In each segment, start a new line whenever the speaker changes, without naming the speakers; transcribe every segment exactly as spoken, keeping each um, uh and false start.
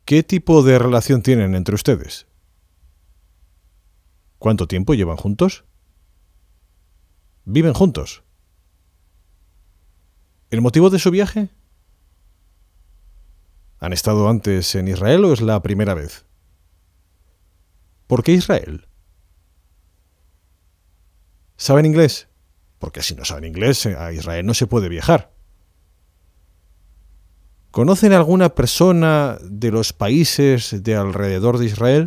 ¿Qué tipo de relación tienen entre ustedes? ¿Cuánto tiempo llevan juntos? ¿Viven juntos? ¿El motivo de su viaje? ¿Han estado antes en Israel o es la primera vez? ¿Por qué Israel? ¿Saben inglés? Porque si no saben inglés, a Israel no se puede viajar. ¿Conocen alguna persona de los países de alrededor de Israel?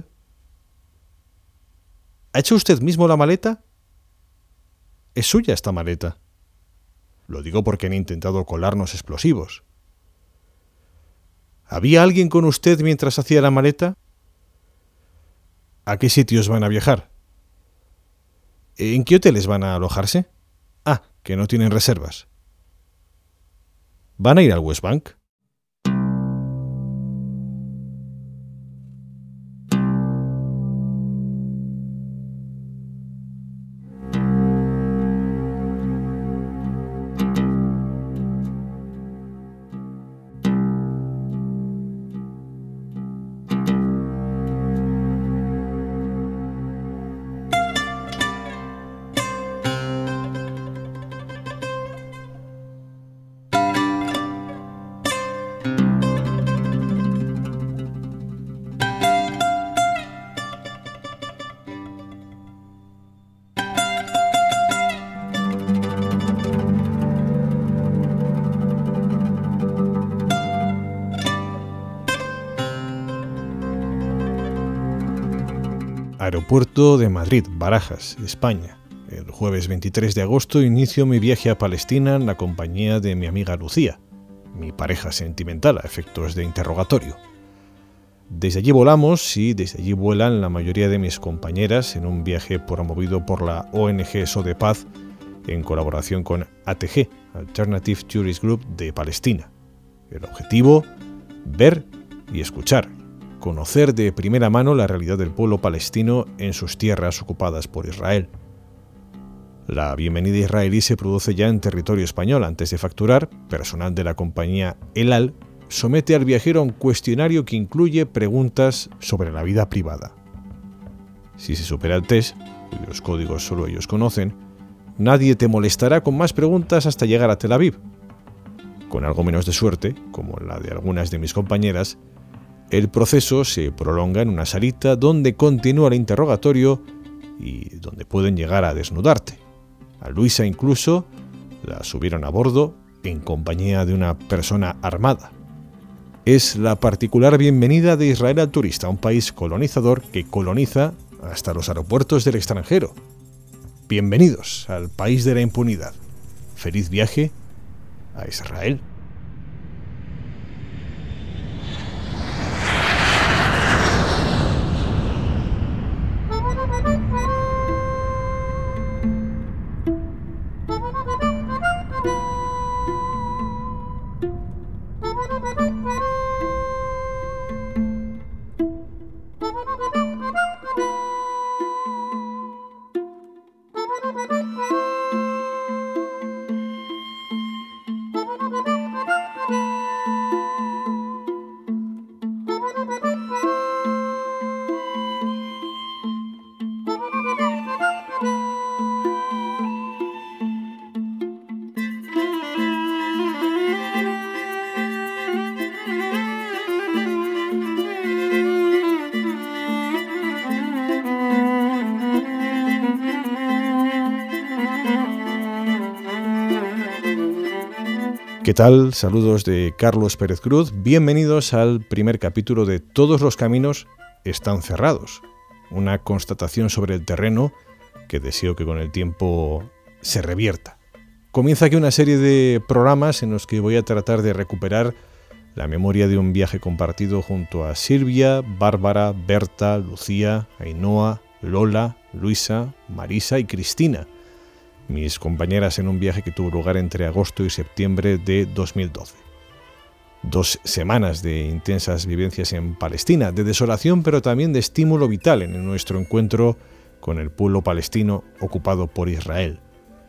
¿Ha hecho usted mismo la maleta? ¿Es suya esta maleta? Lo digo porque han intentado colarnos explosivos. ¿Había alguien con usted mientras hacía la maleta? ¿A qué sitios van a viajar? ¿En qué hoteles van a alojarse? Ah, que no tienen reservas. ¿Van a ir al West Bank? Aeropuerto de Madrid, Barajas, España. El jueves veintitrés de agosto inicio mi viaje a Palestina en la compañía de mi amiga Lucía, mi pareja sentimental a efectos de interrogatorio. Desde allí volamos y desde allí vuelan la mayoría de mis compañeras en un viaje promovido por la O N G Sodepaz en colaboración con A T G, Alternative Tourist Group de Palestina. El objetivo, ver y escuchar. Conocer de primera mano la realidad del pueblo palestino en sus tierras ocupadas por Israel. La bienvenida israelí se produce ya en territorio español. Antes de facturar, personal de la compañía El Al somete al viajero a un cuestionario que incluye preguntas sobre la vida privada. Si se supera el test, cuyos códigos solo ellos conocen, nadie te molestará con más preguntas hasta llegar a Tel Aviv. Con algo menos de suerte, como la de algunas de mis compañeras, el proceso se prolonga en una salita donde continúa el interrogatorio y donde pueden llegar a desnudarte. A Luisa incluso la subieron a bordo en compañía de una persona armada. Es la particular bienvenida de Israel al turista, un país colonizador que coloniza hasta los aeropuertos del extranjero. Bienvenidos al país de la impunidad. Feliz viaje a Israel. ¿Qué tal? Saludos de Carlos Pérez Cruz. Bienvenidos al primer capítulo de Todos los caminos están cerrados. Una constatación sobre el terreno que deseo que con el tiempo se revierta. Comienza aquí una serie de programas en los que voy a tratar de recuperar la memoria de un viaje compartido junto a Silvia, Bárbara, Berta, Lucía, Ainhoa, Lola, Luisa, Marisa y Cristina, mis compañeras en un viaje que tuvo lugar entre agosto y septiembre de dos mil doce. Dos semanas de intensas vivencias en Palestina, de desolación pero también de estímulo vital en nuestro encuentro con el pueblo palestino ocupado por Israel.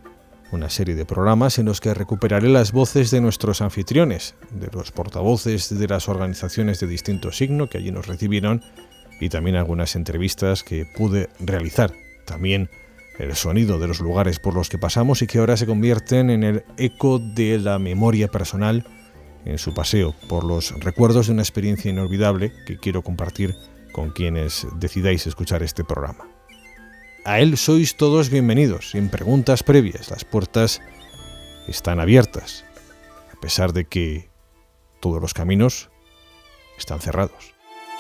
una serie de programas en los que recuperaré las voces de nuestros anfitriones, de los portavoces de las organizaciones de distinto signo que allí nos recibieron y también algunas entrevistas que pude realizar. También el sonido de los lugares por los que pasamos y que ahora se convierten en el eco de la memoria personal en su paseo por los recuerdos de una experiencia inolvidable que quiero compartir con quienes decidáis escuchar este programa. A él sois todos bienvenidos, sin preguntas previas. Las puertas están abiertas, a pesar de que todos los caminos están cerrados.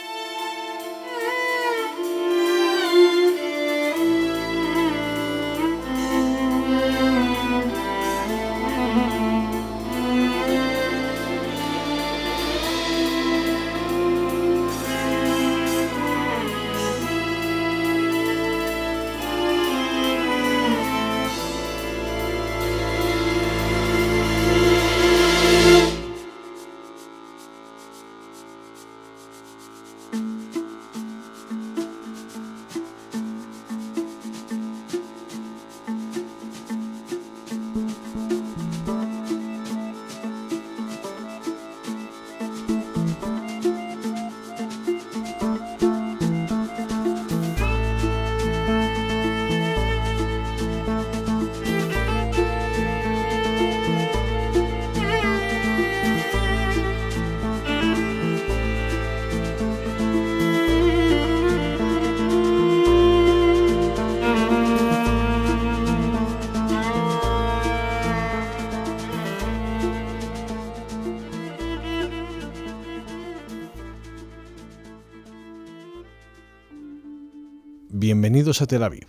Bienvenidos a Tel Aviv.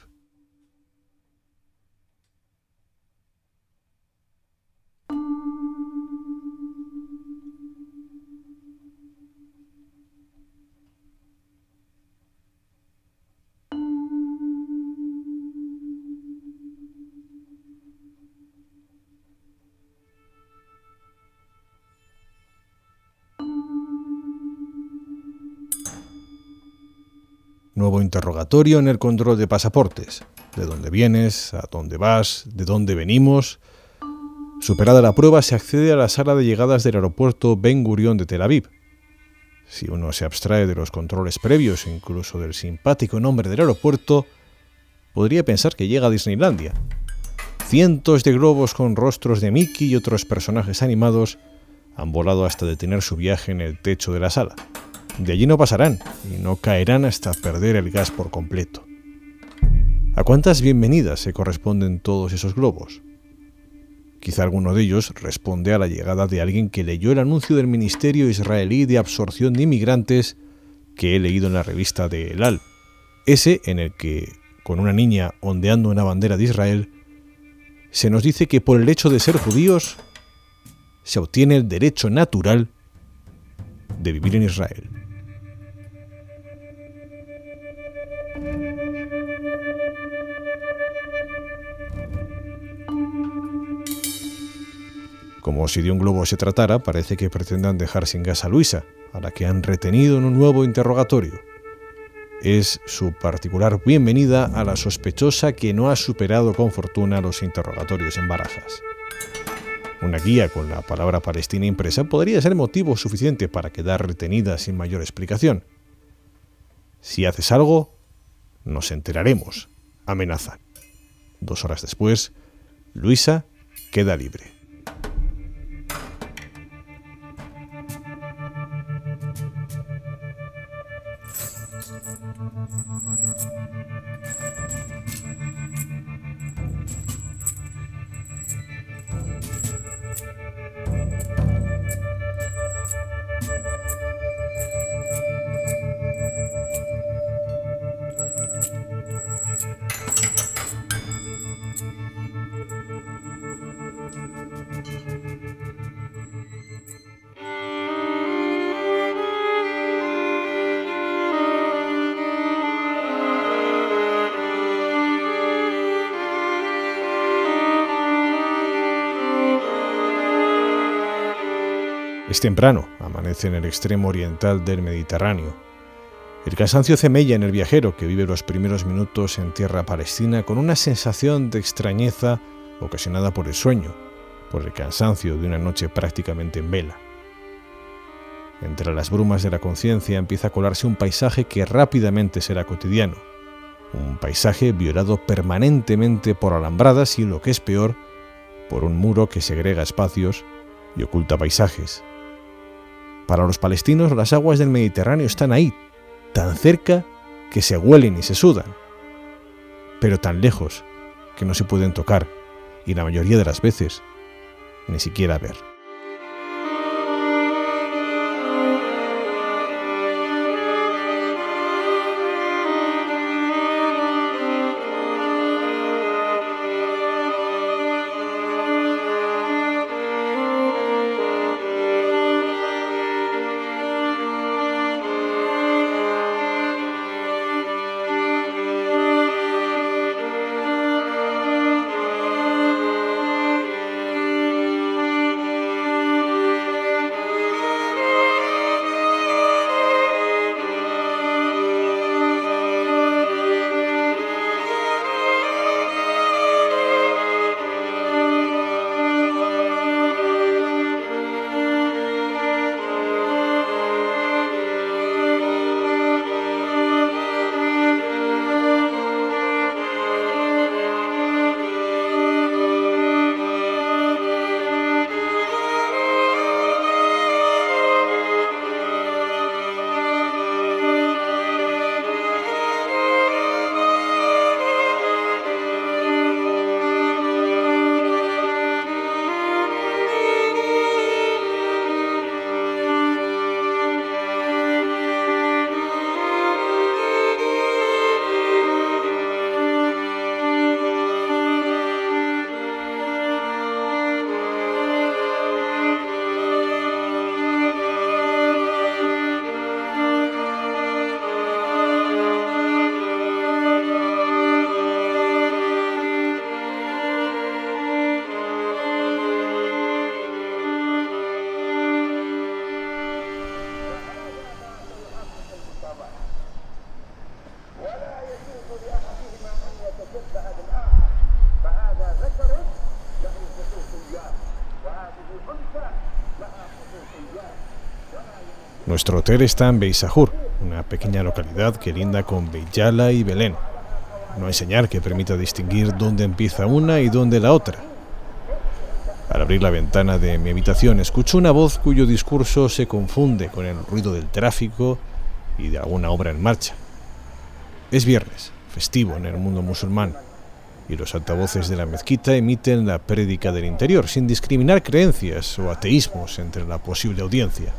Nuevo interrogatorio en el control de pasaportes. ¿De dónde vienes? ¿A dónde vas? ¿De dónde venimos? Superada la prueba, se accede a la sala de llegadas del aeropuerto Ben Gurion de Tel Aviv. Si uno se abstrae de los controles previos e incluso del simpático nombre del aeropuerto, podría pensar que llega a Disneylandia. Cientos de globos con rostros de Mickey y otros personajes animados han volado hasta detener su viaje en el techo de la sala. De allí no pasarán y no caerán hasta perder el gas por completo. ¿A cuántas bienvenidas se corresponden todos esos globos? Quizá alguno de ellos responde a la llegada de alguien que leyó el anuncio del Ministerio Israelí de Absorción de Inmigrantes que he leído en la revista de El Al, ese en el que, con una niña ondeando una bandera de Israel, se nos dice que por el hecho de ser judíos se obtiene el derecho natural de vivir en Israel. Como si de un globo se tratara, parece que pretendan dejar sin gas a Luisa, a la que han retenido en un nuevo interrogatorio. Es su particular bienvenida a la sospechosa que no ha superado con fortuna los interrogatorios en Barajas. Una guía con la palabra Palestina impresa podría ser motivo suficiente para quedar retenida sin mayor explicación. Si haces algo, nos enteraremos, amenazan. Dos horas después, Luisa queda libre. Es temprano, amanece en el extremo oriental del Mediterráneo. El cansancio hace mella en el viajero que vive los primeros minutos en tierra palestina con una sensación de extrañeza ocasionada por el sueño, por el cansancio de una noche prácticamente en vela. Entre las brumas de la conciencia empieza a colarse un paisaje que rápidamente será cotidiano, un paisaje violado permanentemente por alambradas y, lo que es peor, por un muro que segrega espacios y oculta paisajes. Para los palestinos, las aguas del Mediterráneo están ahí, tan cerca que se huelen y se sudan, pero tan lejos que no se pueden tocar y la mayoría de las veces ni siquiera ver. Nuestro hotel está en Beisahur, una pequeña localidad que linda con Beit Jala y Belén. No hay señal que permita distinguir dónde empieza una y dónde la otra. Al abrir la ventana de mi habitación escucho una voz cuyo discurso se confunde con el ruido del tráfico y de alguna obra en marcha. Es viernes, festivo en el mundo musulmán, y los altavoces de la mezquita emiten la prédica del interior, sin discriminar creencias o ateísmos entre la posible audiencia.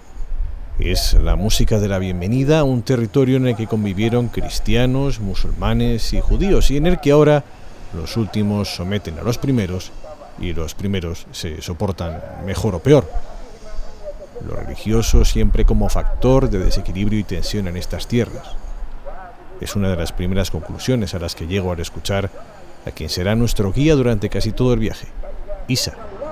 Es la música de la bienvenida a un territorio en el que convivieron cristianos, musulmanes y judíos, y en el que ahora los últimos someten a los primeros y los primeros se soportan mejor o peor. Lo religioso siempre como factor de desequilibrio y tensión en estas tierras. Es una de las primeras conclusiones a las que llego al escuchar a quien será nuestro guía durante casi todo el viaje, Isa.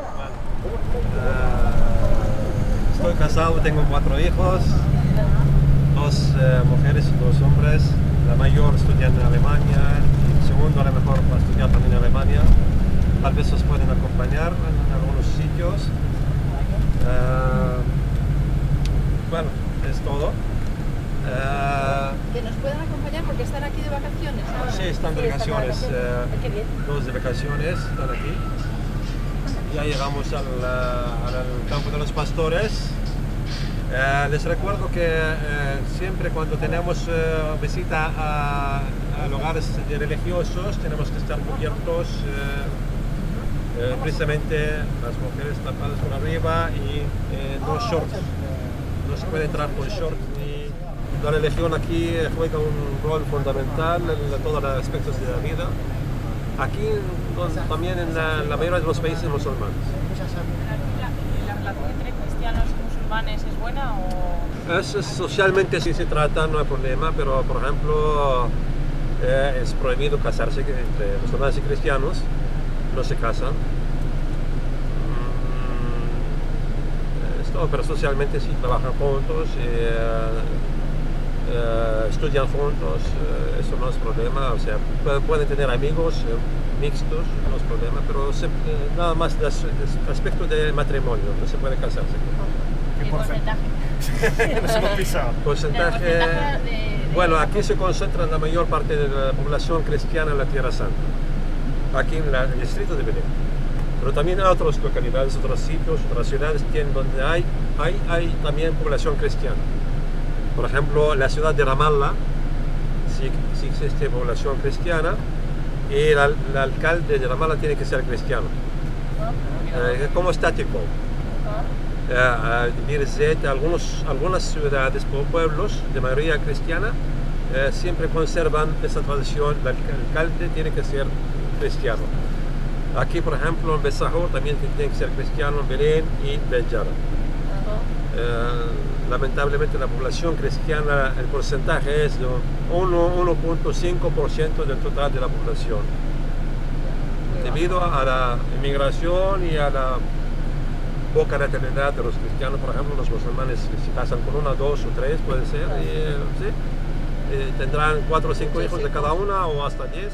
Estoy casado, tengo cuatro hijos, dos eh, mujeres y dos hombres. La mayor estudia en Alemania, y el segundo a lo mejor va a estudiar también en Alemania. Tal vez os pueden acompañar en algunos sitios. Uh, bueno, es todo. Uh,
que nos puedan acompañar porque están aquí de vacaciones ahora.
Sí, están de vacaciones. Uh, dos de vacaciones están aquí. Ya llegamos al, uh, al campo de los pastores. Uh, les recuerdo que uh, siempre cuando tenemos uh, visita a, a lugares religiosos tenemos que estar cubiertos, uh, uh, precisamente las mujeres tapadas por arriba y uh, no shorts. No se puede entrar con shorts. Ni... La religión aquí juega un rol fundamental en todos los aspectos de la vida. Aquí también en la, la mayoría de los países musulmanes.
¿La, la relación entre cristianos y musulmanes es buena o...?
Es, es, socialmente sí se trata, no hay problema, pero por ejemplo eh, es prohibido casarse entre musulmanes y cristianos, no se casan. Mm, esto, pero socialmente sí trabajan juntos, eh, eh, estudian juntos, eh, eso no es problema, o sea, pueden, pueden tener amigos. Eh, mixtos, no es problema, pero se, eh, nada más de aspecto de matrimonio, no se puede casarse.
¿Qué porcentaje?
Nos hemos pisado.
Porcentaje,
porcentaje de, de
bueno, aquí se concentra la mayor parte de la población cristiana en la Tierra Santa, aquí en la, el distrito de Belén. Pero también hay otras localidades, otros sitios, otras ciudades tienen donde hay, hay, hay también población cristiana. Por ejemplo, la ciudad de Ramallah, sí, sí existe población cristiana, y el, el alcalde de Ramallah tiene que ser cristiano, eh, como estático. Uh, uh, Birzeit, algunos, algunas ciudades o pueblos de mayoría cristiana uh, siempre conservan esa tradición, el alcalde tiene que ser cristiano. Aquí, por ejemplo, en Besahor también tiene que ser cristiano, en Belén y Bejar. Uh, lamentablemente la población cristiana, el porcentaje es de uno punto cinco por ciento del total de la población. Debido a la inmigración y a la poca natalidad de los cristianos, por ejemplo, los musulmanes se casan con una, dos o tres, puede ser, y, ¿sí? eh, tendrán cuatro o cinco hijos de cada una o hasta diez.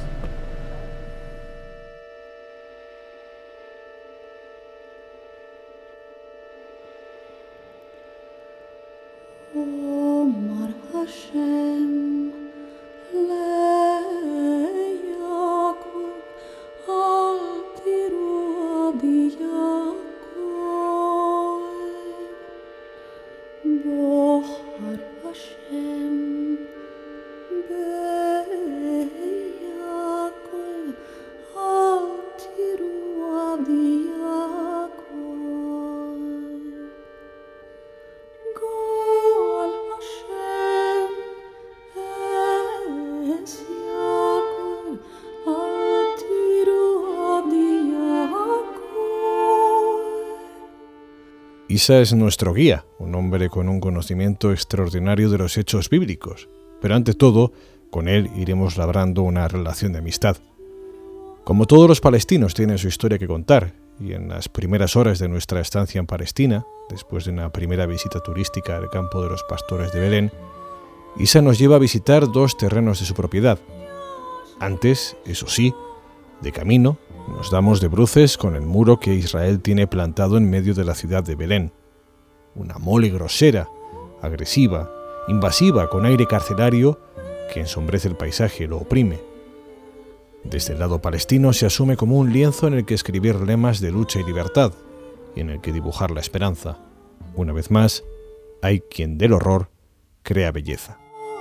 Isa es nuestro guía, un hombre con un conocimiento extraordinario de los hechos bíblicos, pero ante todo, con él iremos labrando una relación de amistad. Como todos los palestinos tienen su historia que contar, y en las primeras horas de nuestra estancia en Palestina, después de una primera visita turística al campo de los pastores de Belén, Isa nos lleva a visitar dos terrenos de su propiedad. Antes, eso sí, de camino, nos damos de bruces con el muro que Israel tiene plantado en medio de la ciudad de Belén. Una mole grosera, agresiva, invasiva, con aire carcelario que ensombrece el paisaje y lo oprime. Desde el lado palestino se asume como un lienzo en el que escribir lemas de lucha y libertad, y en el que dibujar la esperanza. Una vez más, hay quien del horror crea belleza.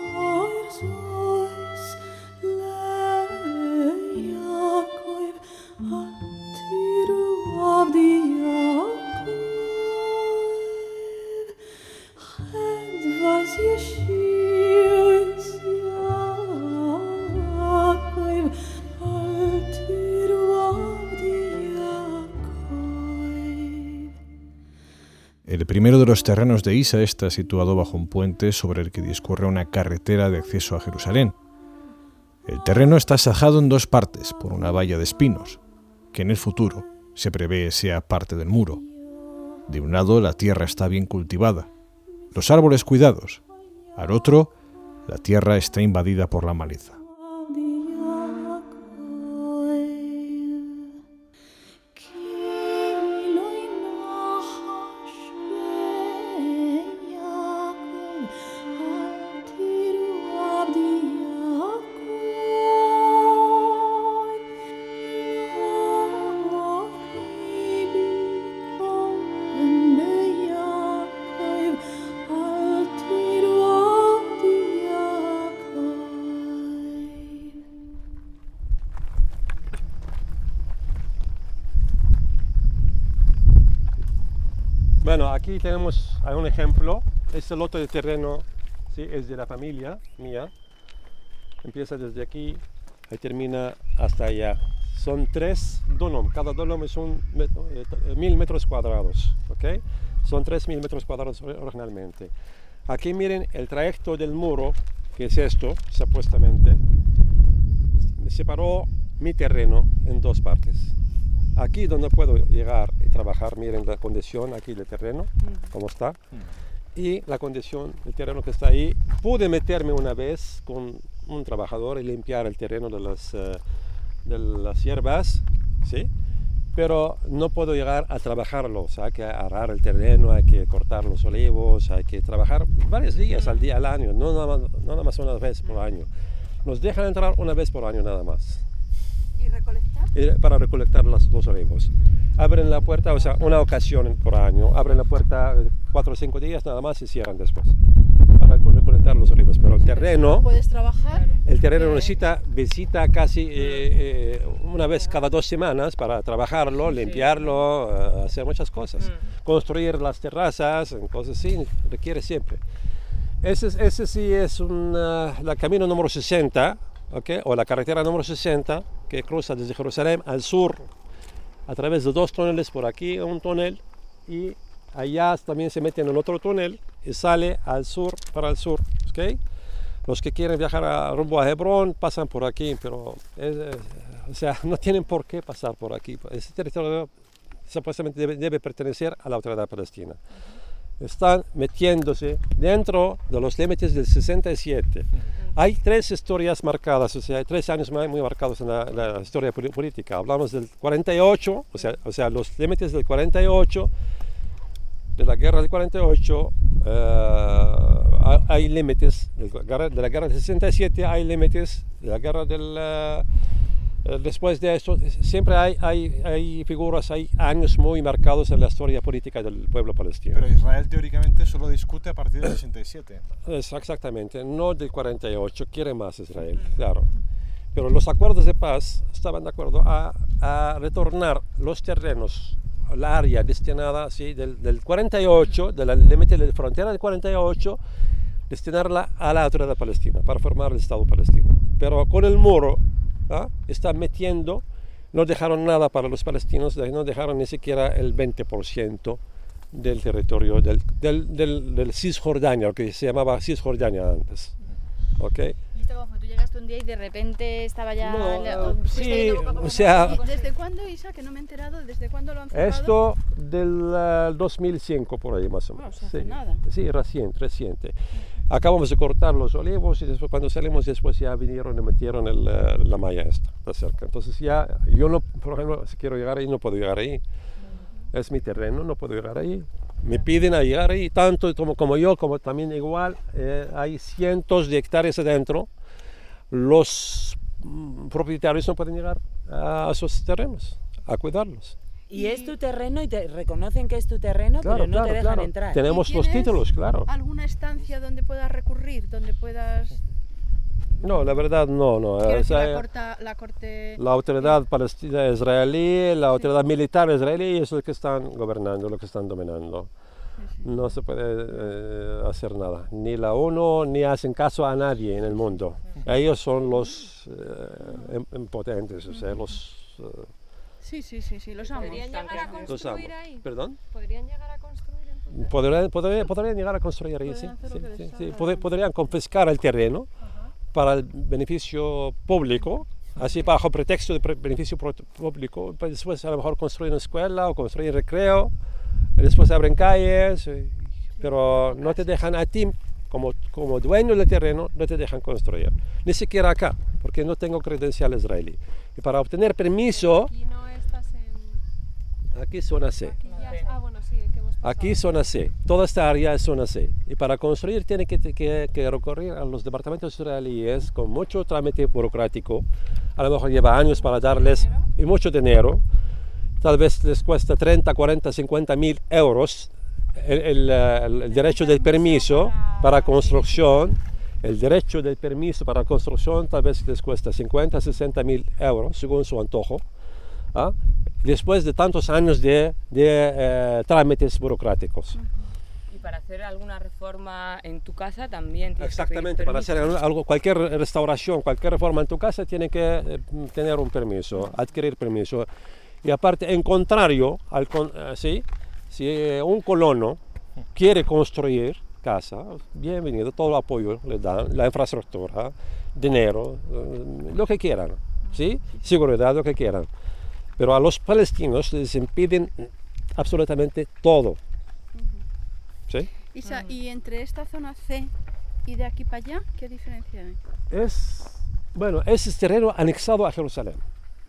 El primero de los terrenos de Isa está situado bajo un puente sobre el que discurre una carretera de acceso a Jerusalén. El terreno está sajado en dos partes por una valla de espinos, que en el futuro se prevé sea parte del muro. De un lado la tierra está bien cultivada, los árboles cuidados. Al otro, la tierra está invadida por la maleza.
Bueno, aquí tenemos un ejemplo. Este lote de terreno, ¿sí?, es de la familia mía. Empieza desde aquí y termina hasta allá. Son tres donom, cada donom es un metro, eh, mil metros cuadrados, ¿ok? Son tres mil metros cuadrados originalmente. Aquí miren el trayecto del muro, que es esto, supuestamente. Me separó mi terreno en dos partes. Aquí donde puedo llegar y trabajar, miren la condición aquí del terreno, cómo está. Y la condición del terreno que está ahí. Pude meterme una vez con un trabajador y limpiar el terreno de las, uh, de las hierbas, ¿sí? Pero no puedo llegar a trabajarlo, o sea, hay que arar el terreno, hay que cortar los olivos, hay que trabajar varios días al día al año, no nada más, no nada más una vez por año. Nos dejan entrar una vez por año nada más.
¿Y recolectar?
Y para recolectar los, los olivos. Abren la puerta, o sea, una ocasión por año, abren la puerta cuatro o cinco días nada más y cierran después para recolectar los olivos. Pero el terreno,
¿puedes trabajar?
el terreno necesita visita casi eh, eh, una vez cada dos semanas para trabajarlo, limpiarlo, uh, hacer muchas cosas. Construir las terrazas, cosas así, requiere siempre. Ese, ese sí es una, la camino número sesenta, ¿okay? O la carretera número sesenta, que cruza desde Jerusalén al sur, a través de dos túneles, por aquí un túnel, y allá también se meten en otro túnel y sale al sur, para el sur, ¿okay? Los que quieren viajar a, rumbo a Hebrón pasan por aquí, pero es, es, o sea, no tienen por qué pasar por aquí. Ese territorio supuestamente debe, debe pertenecer a la autoridad palestina. Están metiéndose dentro de los límites del sesenta y siete. Hay tres historias marcadas, o sea, hay tres años muy marcados en la, la historia política. Hablamos del cuarenta y ocho, o sea, o sea, los límites del cuarenta y ocho, de la guerra del cuarenta y ocho, uh, hay límites, de la guerra del sesenta y siete hay límites, de la guerra del... Uh, Después de esto, siempre hay, hay, hay figuras, hay años muy marcados en la historia política del pueblo palestino.
Pero Israel teóricamente solo discute a partir del sesenta y siete.
Es exactamente, no del cuarenta y ocho, quiere más Israel, claro. Pero los acuerdos de paz estaban de acuerdo a, a retornar los terrenos, la área destinada, ¿sí? del, del cuarenta y ocho, de la límite de la frontera del cuarenta y ocho, destinarla a la autoridad palestina, para formar el Estado palestino. Pero con el muro, ¿ah? Están metiendo, no dejaron nada para los palestinos, no dejaron ni siquiera el veinte por ciento del territorio del, del, del, del Cisjordania, lo que se llamaba Cisjordania antes. ¿Okay?
¿Y esto cómo fue? ¿Tú llegaste un día y de repente estaba ya...?
No,
la,
uh, sí, o sea...
¿Desde cuándo, Isa, que no me he enterado, desde cuándo lo han cerrado?
Esto del uh, dos mil cinco, por ahí más o menos.
No, o sea, hace
sí,
nada.
Sí, reciente, reciente. Acabamos de cortar los olivos y después cuando salimos después ya vinieron y metieron el, uh, la malla esta, está cerca. Entonces ya, yo no, por ejemplo, si quiero llegar ahí, no puedo llegar ahí. Es mi terreno, no puedo llegar ahí. Me piden a llegar ahí, tanto como, como yo, como también igual, eh, hay cientos de hectáreas adentro. Los mm, propietarios no pueden llegar a esos terrenos, a cuidarlos.
Y es tu terreno y te reconocen que es tu terreno,
Claro,
pero no
claro,
te dejan
claro.
entrar.
Tenemos
¿Y
los
tienes
títulos, claro.
¿Alguna estancia donde puedas recurrir, donde puedas...?
No, la verdad no, no.
Quiero
O
decir,
sea,
la, corta, la corte...
la autoridad palestina israelí, la autoridad militar israelí es lo que están gobernando, lo que están dominando. No se puede eh, hacer nada, ni la ONU, ni hacen caso a nadie en el mundo. Ellos son los eh, impotentes, o sea, los... Eh,
Sí, sí, sí, sí, los amo.
¿Podrían llegar a
los amo.
construir ahí?
¿Perdón?
¿Podrían llegar a construir entonces?
Podrían, podrían, podrían llegar a construir ahí, sí.
Podrían hacer lo
sí,
que les
sí,
salga
sí.
de
Pod- Podrían confiscar el terreno para el beneficio público, así bajo pretexto de pre- beneficio pro- público, pues después a lo mejor construir una escuela o construir recreo, y después abren calles, y- pero no te dejan a ti, como, como dueño del terreno, no te dejan construir, ni siquiera acá, porque no tengo credencial israelí. Y para obtener permiso,
Aquí no estás en...
aquí es zona C.
Aquí ya... Ah, bueno, sí, que hemos pasado.
Aquí zona C, toda esta área es zona C. Y para construir tiene que, que, que recurrir a los departamentos israelíes con mucho trámite burocrático. A lo mejor lleva años para darles y mucho dinero. Tal vez les cuesta treinta, cuarenta, cincuenta mil euros el, el, el, el derecho del permiso para construcción. El derecho del permiso para construcción tal vez les cuesta cincuenta, sesenta mil euros según su antojo. ¿Ah? Después de tantos años de, de eh, trámites burocráticos.
Y para hacer alguna reforma en tu casa también tienes que
Exactamente,
pedir
para hacer
permiso.
algo, cualquier restauración, cualquier reforma en tu casa tiene que eh, tener un permiso, adquirir permiso. Y aparte, en contrario, al con, eh, ¿sí? si eh, un colono quiere construir casa, bienvenido, todo el apoyo le dan, la infraestructura, dinero, eh, lo que quieran, ¿sí? Seguridad, lo que quieran. Pero a los palestinos les impiden absolutamente todo. ¿Sí?
Isa, ¿y entre esta zona C y de aquí para allá, qué diferencia hay?
Es, bueno, es terreno anexado a Jerusalén.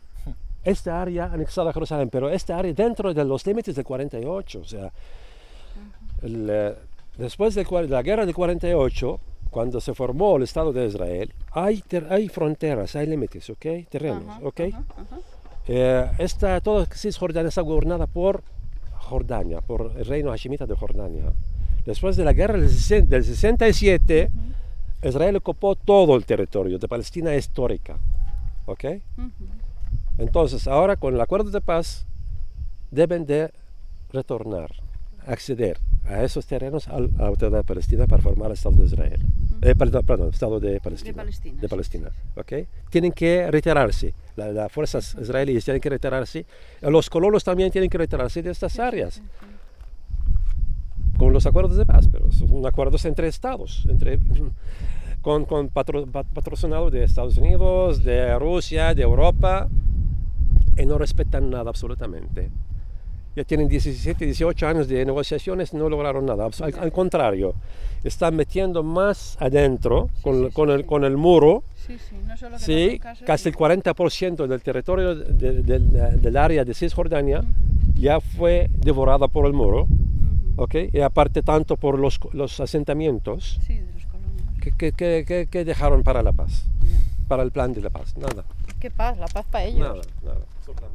esta área anexada a Jerusalén, pero esta área dentro de los límites del cuarenta y ocho. O sea, el, eh, después de la guerra del cuarenta y ocho, cuando se formó el Estado de Israel, hay, ter, hay fronteras, hay límites, ¿ok? Terrenos,
Ajá,
¿ok?
ajá, ajá.
Eh, esta, toda Cisjordania está gobernada por Jordania, por el reino hashemita de Jordania. Después de la guerra del, del sesenta y siete, uh-huh. Israel ocupó todo el territorio de Palestina histórica, ¿ok? Uh-huh. Entonces, ahora con el acuerdo de paz, deben de retornar, acceder a esos terrenos a la autoridad palestina para formar el Estado de Israel. Uh-huh. eh, perdón, perdón, Estado de Palestina.
De Palestina.
De Palestina, ¿ok? Tienen que retirarse, las la fuerzas uh-huh. israelíes tienen que retirarse, los colonos también tienen que retirarse de estas áreas. Uh-huh. Con los acuerdos de paz, pero son acuerdos entre estados, entre, con, con patro, patrocinado de Estados Unidos, de Rusia, de Europa, y no respetan nada absolutamente. Ya tienen diecisiete, dieciocho años de negociaciones, no lograron nada. Al, al contrario, están metiendo más adentro sí, con, sí, con, sí, el, sí. con el muro.
Sí, sí, no solo que
sí, caso, casi sí. el cuarenta por ciento del territorio de, de, de, del área de Cisjordania uh-huh. ya fue devorada por el muro. Uh-huh. ¿Okay? Y aparte tanto por los, los asentamientos
sí, de los colonos.
Que, que, que, que, que dejaron para la paz, yeah. para el plan de la paz. Nada.
¿Qué paz? La paz para ellos.
Nada, nada, absolutamente.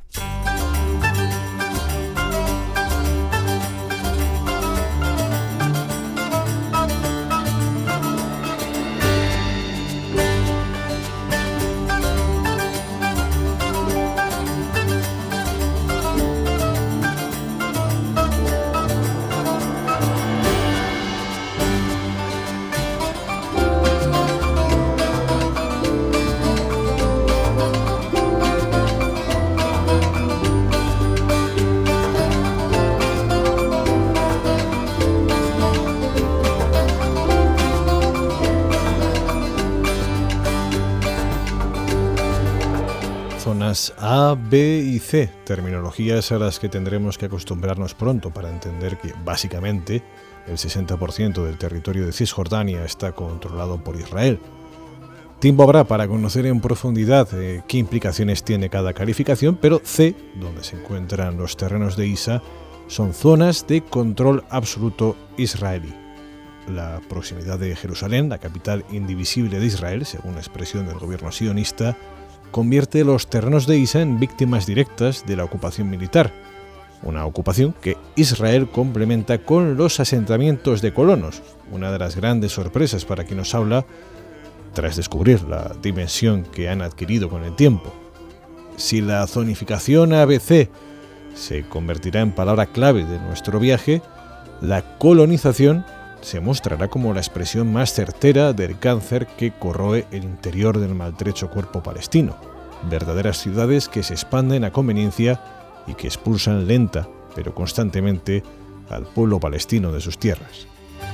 Zonas A, B y C, terminologías a las que tendremos que acostumbrarnos pronto para entender que, básicamente, el sesenta por ciento del territorio de Cisjordania está controlado por Israel. Tiempo habrá para conocer en profundidad eh, qué implicaciones tiene cada calificación, pero C, donde se encuentran los terrenos de Isa, son zonas de control absoluto israelí. La proximidad de Jerusalén, la capital indivisible de Israel, según la expresión del gobierno sionista, convierte los terrenos de Isa en víctimas directas de la ocupación militar, una ocupación que Israel complementa con los asentamientos de colonos, una de las grandes sorpresas para quien nos habla, tras descubrir la dimensión que han adquirido con el tiempo. Si la zonificación A B C se convertirá en palabra clave de nuestro viaje, la colonización se mostrará como la expresión más certera del cáncer que corroe el interior del maltrecho cuerpo palestino. Verdaderas ciudades que se expanden a conveniencia y que expulsan lenta, pero constantemente, al pueblo palestino de sus tierras.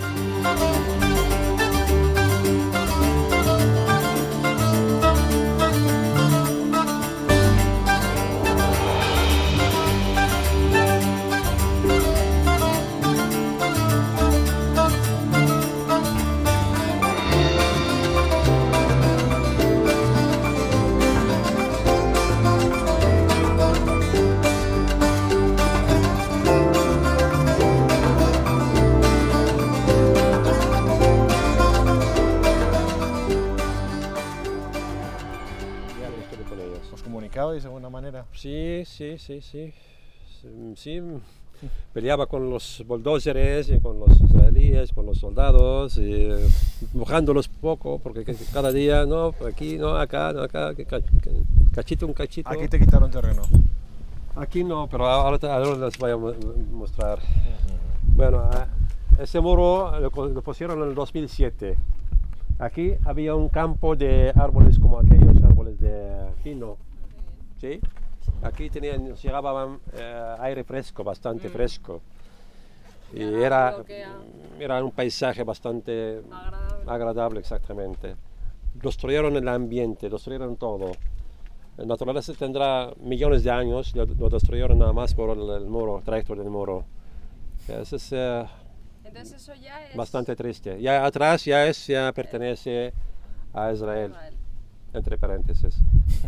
¿De alguna manera?
Sí, sí, sí, sí. Sí, peleaba con los bulldozers y con los israelíes, con los soldados, y, mojándolos poco, porque cada día, no, aquí, no, acá, no, acá, cachito, un cachito.
Aquí te quitaron terreno.
Aquí no, pero ahora, ahora les voy a mostrar. Uh-huh. Bueno, ese muro lo, lo pusieron en el dos mil siete. Aquí había un campo de árboles como aquellos árboles de pino. ¿Sí? Aquí tenían, llegaban eh, aire fresco, bastante mm. fresco. Y era, era un paisaje bastante agradable. agradable, exactamente. Destruyeron el ambiente, destruyeron todo. La naturaleza tendrá millones de años, lo, lo destruyeron nada más por el, el muro, el trayecto del muro. Eso es eh,
Entonces eso ya es...
bastante triste. Ya atrás ya, es, ya pertenece a Israel, Israel. Entre paréntesis.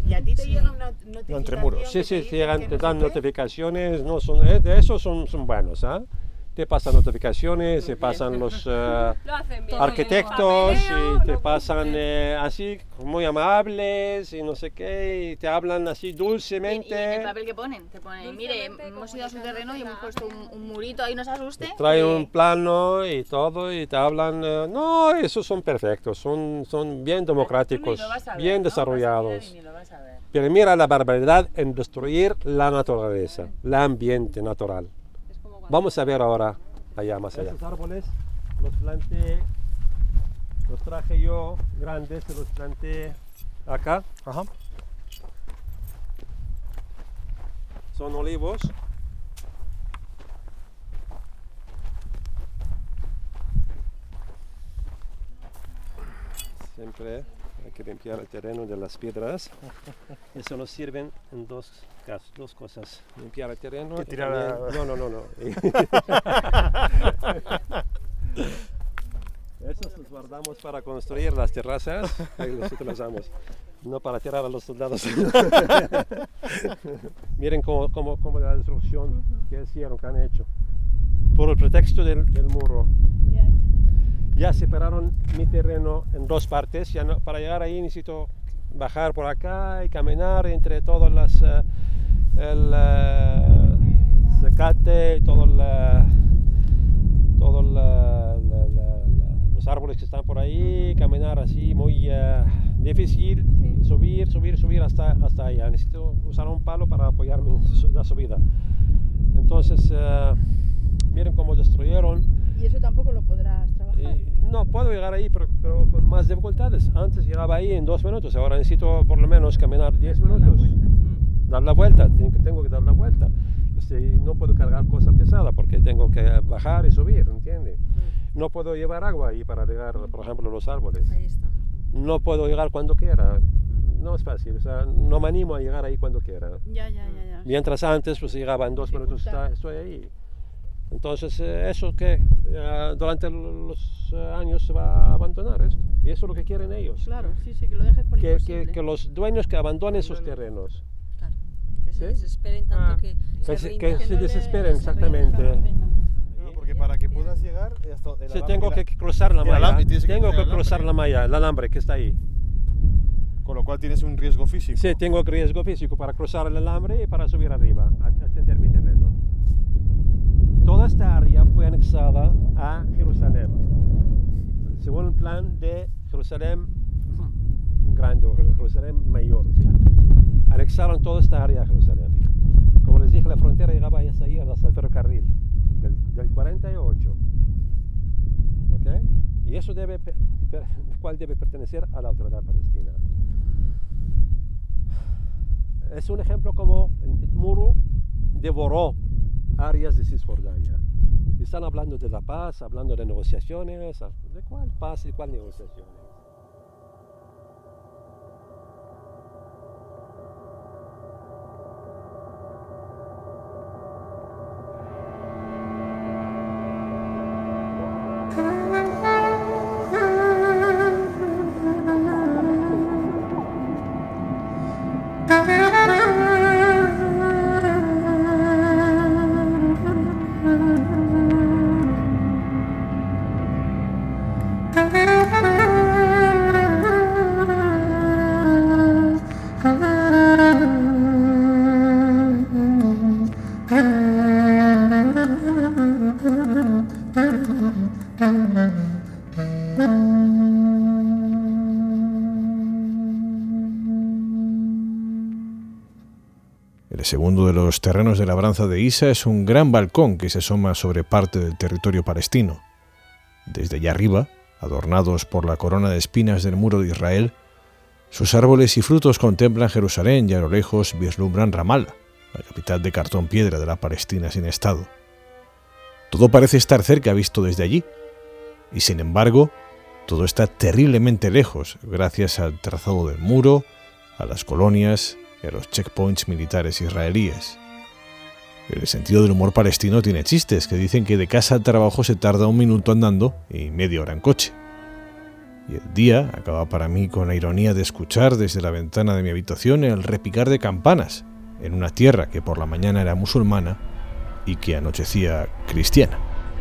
Y a ti te
Sí.
llega una notificación.
No, entre muros.
que
Sí,
te
sí,
dice
te llegan,
que
te
no
dan
sé qué.
notificaciones, no son, eh, de esos son, son buenos, ¿ah? Te pasan notificaciones, se pasan los eh,
Lo hacen bien.
arquitectos
Papeleo,
y te
lo
pasan
cumplen.
eh, así, muy amables y no sé qué, y te hablan así
Y, y en
dulcemente.
el papel que ponen, te ponen, mire,
Dulcemente
hemos ido a su
comunicando
terreno y hemos
la
puesto un, un murito ahí, no se asuste.
Traen
que-
un plano y todo y te hablan, eh, no, esos son perfectos, son, son bien
Tú
democráticos,
ni lo vas a ver,
bien
¿no? Vas a mirar
desarrollados.
y ni lo vas a ver.
Pero mira la barbaridad en destruir la naturaleza, el ambiente natural. Vamos a ver ahora allá más allá. Estos árboles los planté, los traje yo grandes, y los planté acá.
Ajá.
Son olivos. Siempre hay que limpiar el terreno de las piedras. Eso nos sirven en dos casos, dos cosas. Limpiar el terreno
Que
y
tirar
también-
a-
No, no, no, no. Esos los guardamos para construir las terrazas y los utilizamos. No para tirar a los soldados. Miren cómo, cómo, cómo la destrucción que hicieron, que han hecho. Por el pretexto del, del muro.
Ya, ya.
Ya separaron mi terreno en dos partes. Ya no, para llegar ahí necesito bajar por acá y caminar entre todas las eh, el eh, zacate y todo el, eh, todo el, eh, la- la- la- los árboles que están por ahí, caminar así muy eh, difícil,
Sí.
subir, subir, subir hasta, hasta allá. Necesito usar un palo para apoyarme en su- la subida. Entonces, eh, miren cómo destruyeron.
Y eso tampoco lo podrás trabajar.
Y no puedo llegar ahí, pero, pero con más dificultades. Antes llegaba ahí en dos minutos, ahora necesito por lo menos caminar diez minutos. Dar la vuelta, tengo que, tengo que dar la vuelta. Este, no puedo cargar cosas pesadas porque tengo que bajar y subir, ¿entiendes? No puedo llevar agua ahí para regar, por ejemplo, los árboles.
Ahí está.
No puedo llegar cuando quiera. No es fácil, o sea, no me animo a llegar ahí cuando quiera.
Ya, ya, ya, ya.
Mientras antes, pues llegaba en dos minutos,
Dificultad.
está- estoy ahí. Entonces, eh, eso que eh, durante los eh, años se va a abandonar esto. Y eso es lo que quieren ellos.
Claro, sí, sí, que lo dejes por
Que,
imposible.
que, que los dueños que abandonen sus terrenos.
Claro. Que se
¿Sí?
desesperen tanto
Ah.
que,
Que
se
se,
rindan.
que se
no le-
desesperen,
se
exactamente.
rindan a la pena.
No, porque para que puedas llegar hasta el
Si
alambre-
tengo
la-
que cruzar la
el
malla,
alambre, tienes que
tengo
cruzar
que
el
cruzar
alambre.
la malla, el alambre que está ahí.
Con lo cual tienes un riesgo físico.
Sí, tengo riesgo físico para cruzar el alambre y para subir arriba, a atender mi terreno. Toda esta área fue anexada a Jerusalén, según el plan de Jerusalén grande o Jerusalén mayor. ¿Sí? Anexaron toda esta área a Jerusalén. Como les dije, la frontera llegaba hasta ahí, hasta el ferrocarril, del, del cuarenta y ocho. ¿Ok? Y eso debe, pe- pe- cual debe pertenecer a la autoridad palestina. Es un ejemplo como el muro devoró áreas de Cisjordania. Y están hablando de la paz, hablando de negociaciones. ¿De cuál paz y cuál negociaciones?
El segundo de los terrenos de labranza de Isa es un gran balcón que se asoma sobre parte del territorio palestino. Desde allá arriba, adornados por la corona de espinas del muro de Israel, sus árboles y frutos contemplan Jerusalén y a lo lejos vislumbran Ramallah, la capital de cartón piedra de la Palestina sin Estado. Todo parece estar cerca visto desde allí, y sin embargo, todo está terriblemente lejos gracias al trazado del muro, a las colonias y a los checkpoints militares israelíes. El sentido del humor palestino tiene chistes que dicen que de casa al trabajo se tarda un minuto andando y media hora en coche. y el día acaba para mí con la ironía de escuchar desde la ventana de mi habitación el repicar de campanas en una tierra que por la mañana era musulmana y que anochecía cristiana.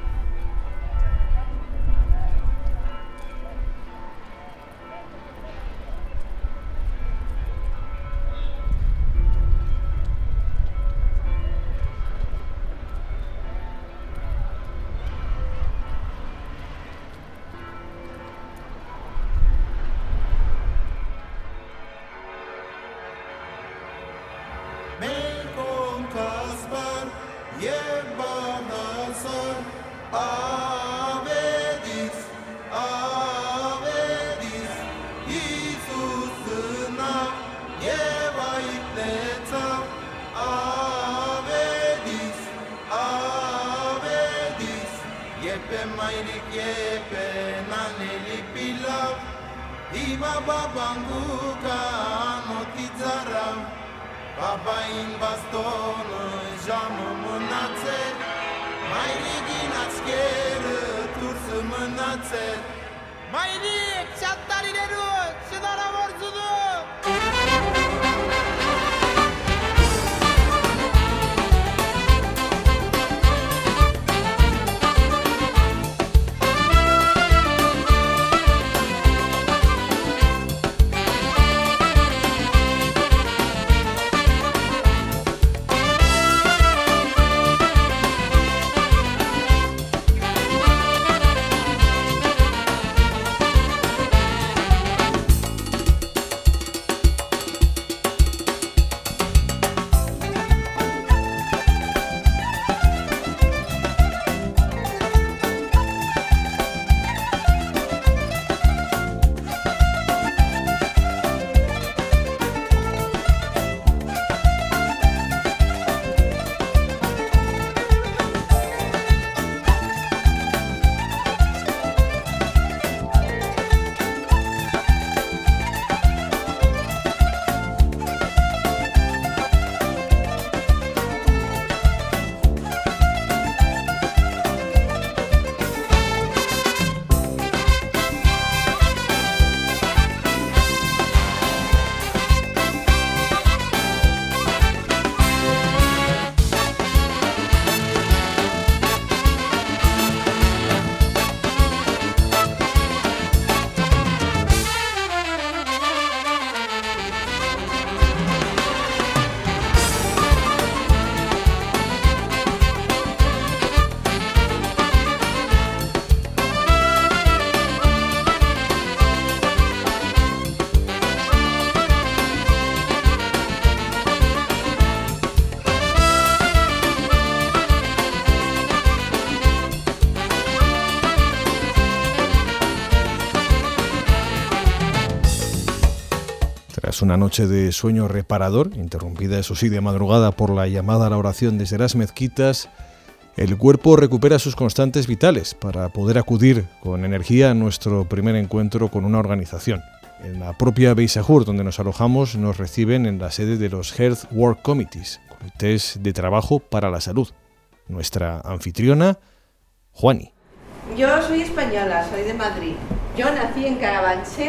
Tras una noche de sueño reparador, interrumpida eso sí de madrugada por la llamada a la oración desde las mezquitas, el cuerpo recupera sus constantes vitales para poder acudir con energía a nuestro primer encuentro con una organización. En la propia Beisajur, donde nos alojamos, nos reciben en la sede de los Health Work Committees, comités de trabajo para la salud. Nuestra anfitriona, Juani.
Yo soy española, soy de Madrid. Yo nací en Carabanchel,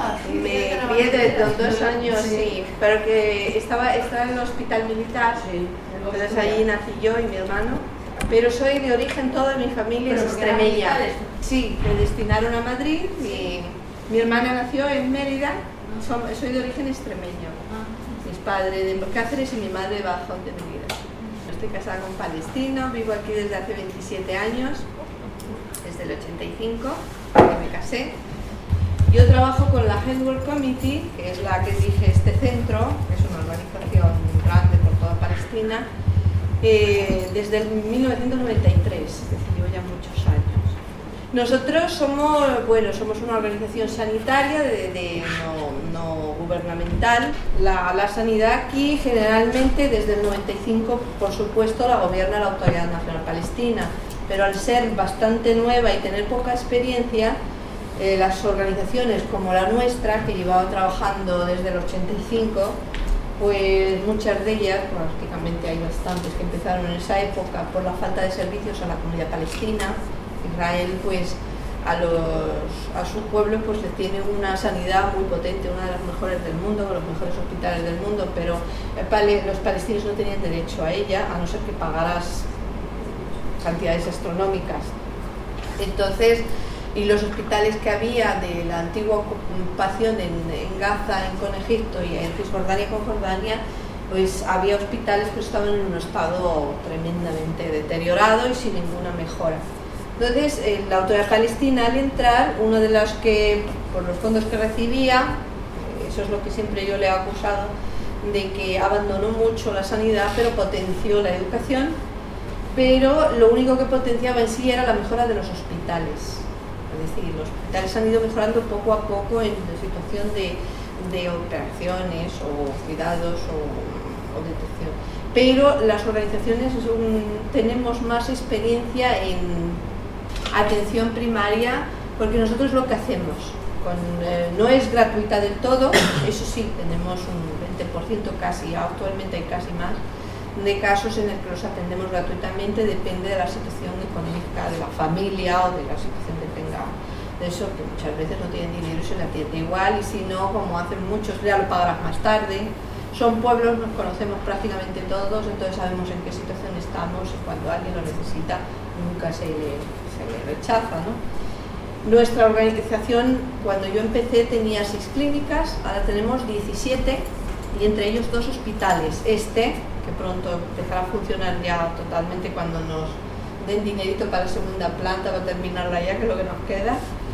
me crié desde los dos años, sí, pero que estaba, estaba en el hospital militar, entonces allí nací yo y mi hermano, pero soy de origen, toda mi familia es extremeña. Sí, me destinaron a Madrid, mi, mi hermana nació en Mérida, soy de origen extremeño, mis padres de Cáceres y mi madre de Badajoz de Mérida. Estoy casada con palestino, vivo aquí desde hace veintisiete años, desde el ochenta y cinco, que me casé. Yo trabajo con la Health Work Committee, que es la que dirige este centro, que es una organización grande por toda Palestina, eh, desde el mil novecientos noventa y tres, es decir, llevo ya muchos años. Nosotros somos, bueno, somos una organización sanitaria de, de no, no gubernamental. La, la sanidad aquí generalmente desde el noventa y cinco, por supuesto, la gobierna la Autoridad Nacional Palestina, pero al ser bastante nueva y tener poca experiencia, eh, las organizaciones como la nuestra, que llevaban trabajando desde el ochenta y cinco, pues muchas de ellas, prácticamente hay bastantes que empezaron en esa época por la falta de servicios a la comunidad palestina. Israel pues a, los, a su pueblo pues le tiene una sanidad muy potente, una de las mejores del mundo, con los mejores hospitales del mundo, pero los palestinos no tenían derecho a ella, a no ser que pagaras cantidades astronómicas. Entonces, y los hospitales que había de la antigua ocupación en, en Gaza, en, con Egipto y en Cisjordania con Jordania, pues había hospitales que estaban en un estado tremendamente deteriorado y sin ninguna mejora. Entonces, eh, la autoridad palestina, al entrar, uno de los que, por los fondos que recibía, eso es lo que siempre yo le he acusado, de que abandonó mucho la sanidad, pero potenció la educación, pero lo único que potenciaba en sí era la mejora de los hospitales. Es decir, los hospitales han ido mejorando poco a poco en la situación de, de operaciones o cuidados o, o detección. Pero las organizaciones un, tenemos más experiencia en atención primaria, porque nosotros lo que hacemos con, eh, no es gratuita del todo, eso sí, tenemos un veinte por ciento casi, actualmente hay casi más, de casos en el que los atendemos gratuitamente, depende de la situación económica de la familia o de la situación que tenga, de eso que muchas veces no tienen dinero y se le atiende igual, y si no, como hacen muchos, ya lo pagarás más tarde. Son pueblos, nos conocemos prácticamente todos, entonces sabemos en qué situación estamos y cuando alguien lo necesita nunca se le, se le rechaza, ¿no? Nuestra organización, cuando yo empecé, tenía seis clínicas, ahora tenemos diecisiete y entre ellos dos hospitales. Este, que pronto empezará a funcionar ya totalmente cuando nos den dinerito para la segunda planta, para terminarla ya, que es lo que nos queda.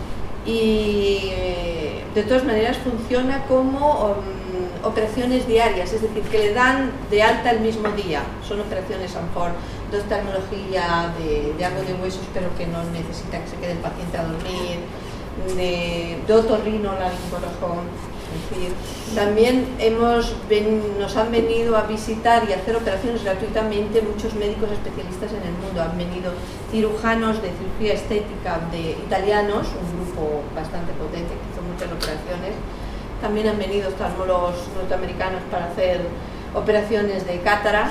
Y eh, de todas maneras funciona como um, operaciones diarias, es decir, que le dan de alta el mismo día. Son operaciones a lo mejor de oftalmología, de, de algo de huesos, pero que no necesita que se quede el paciente a dormir, de, de otorrinolaringología. Es decir, también hemos ven, nos han venido a visitar y a hacer operaciones gratuitamente muchos médicos especialistas en el mundo. Han venido cirujanos de cirugía estética de italianos, un grupo bastante potente que hizo muchas operaciones. También han venido oftalmólogos norteamericanos para hacer operaciones de cátara.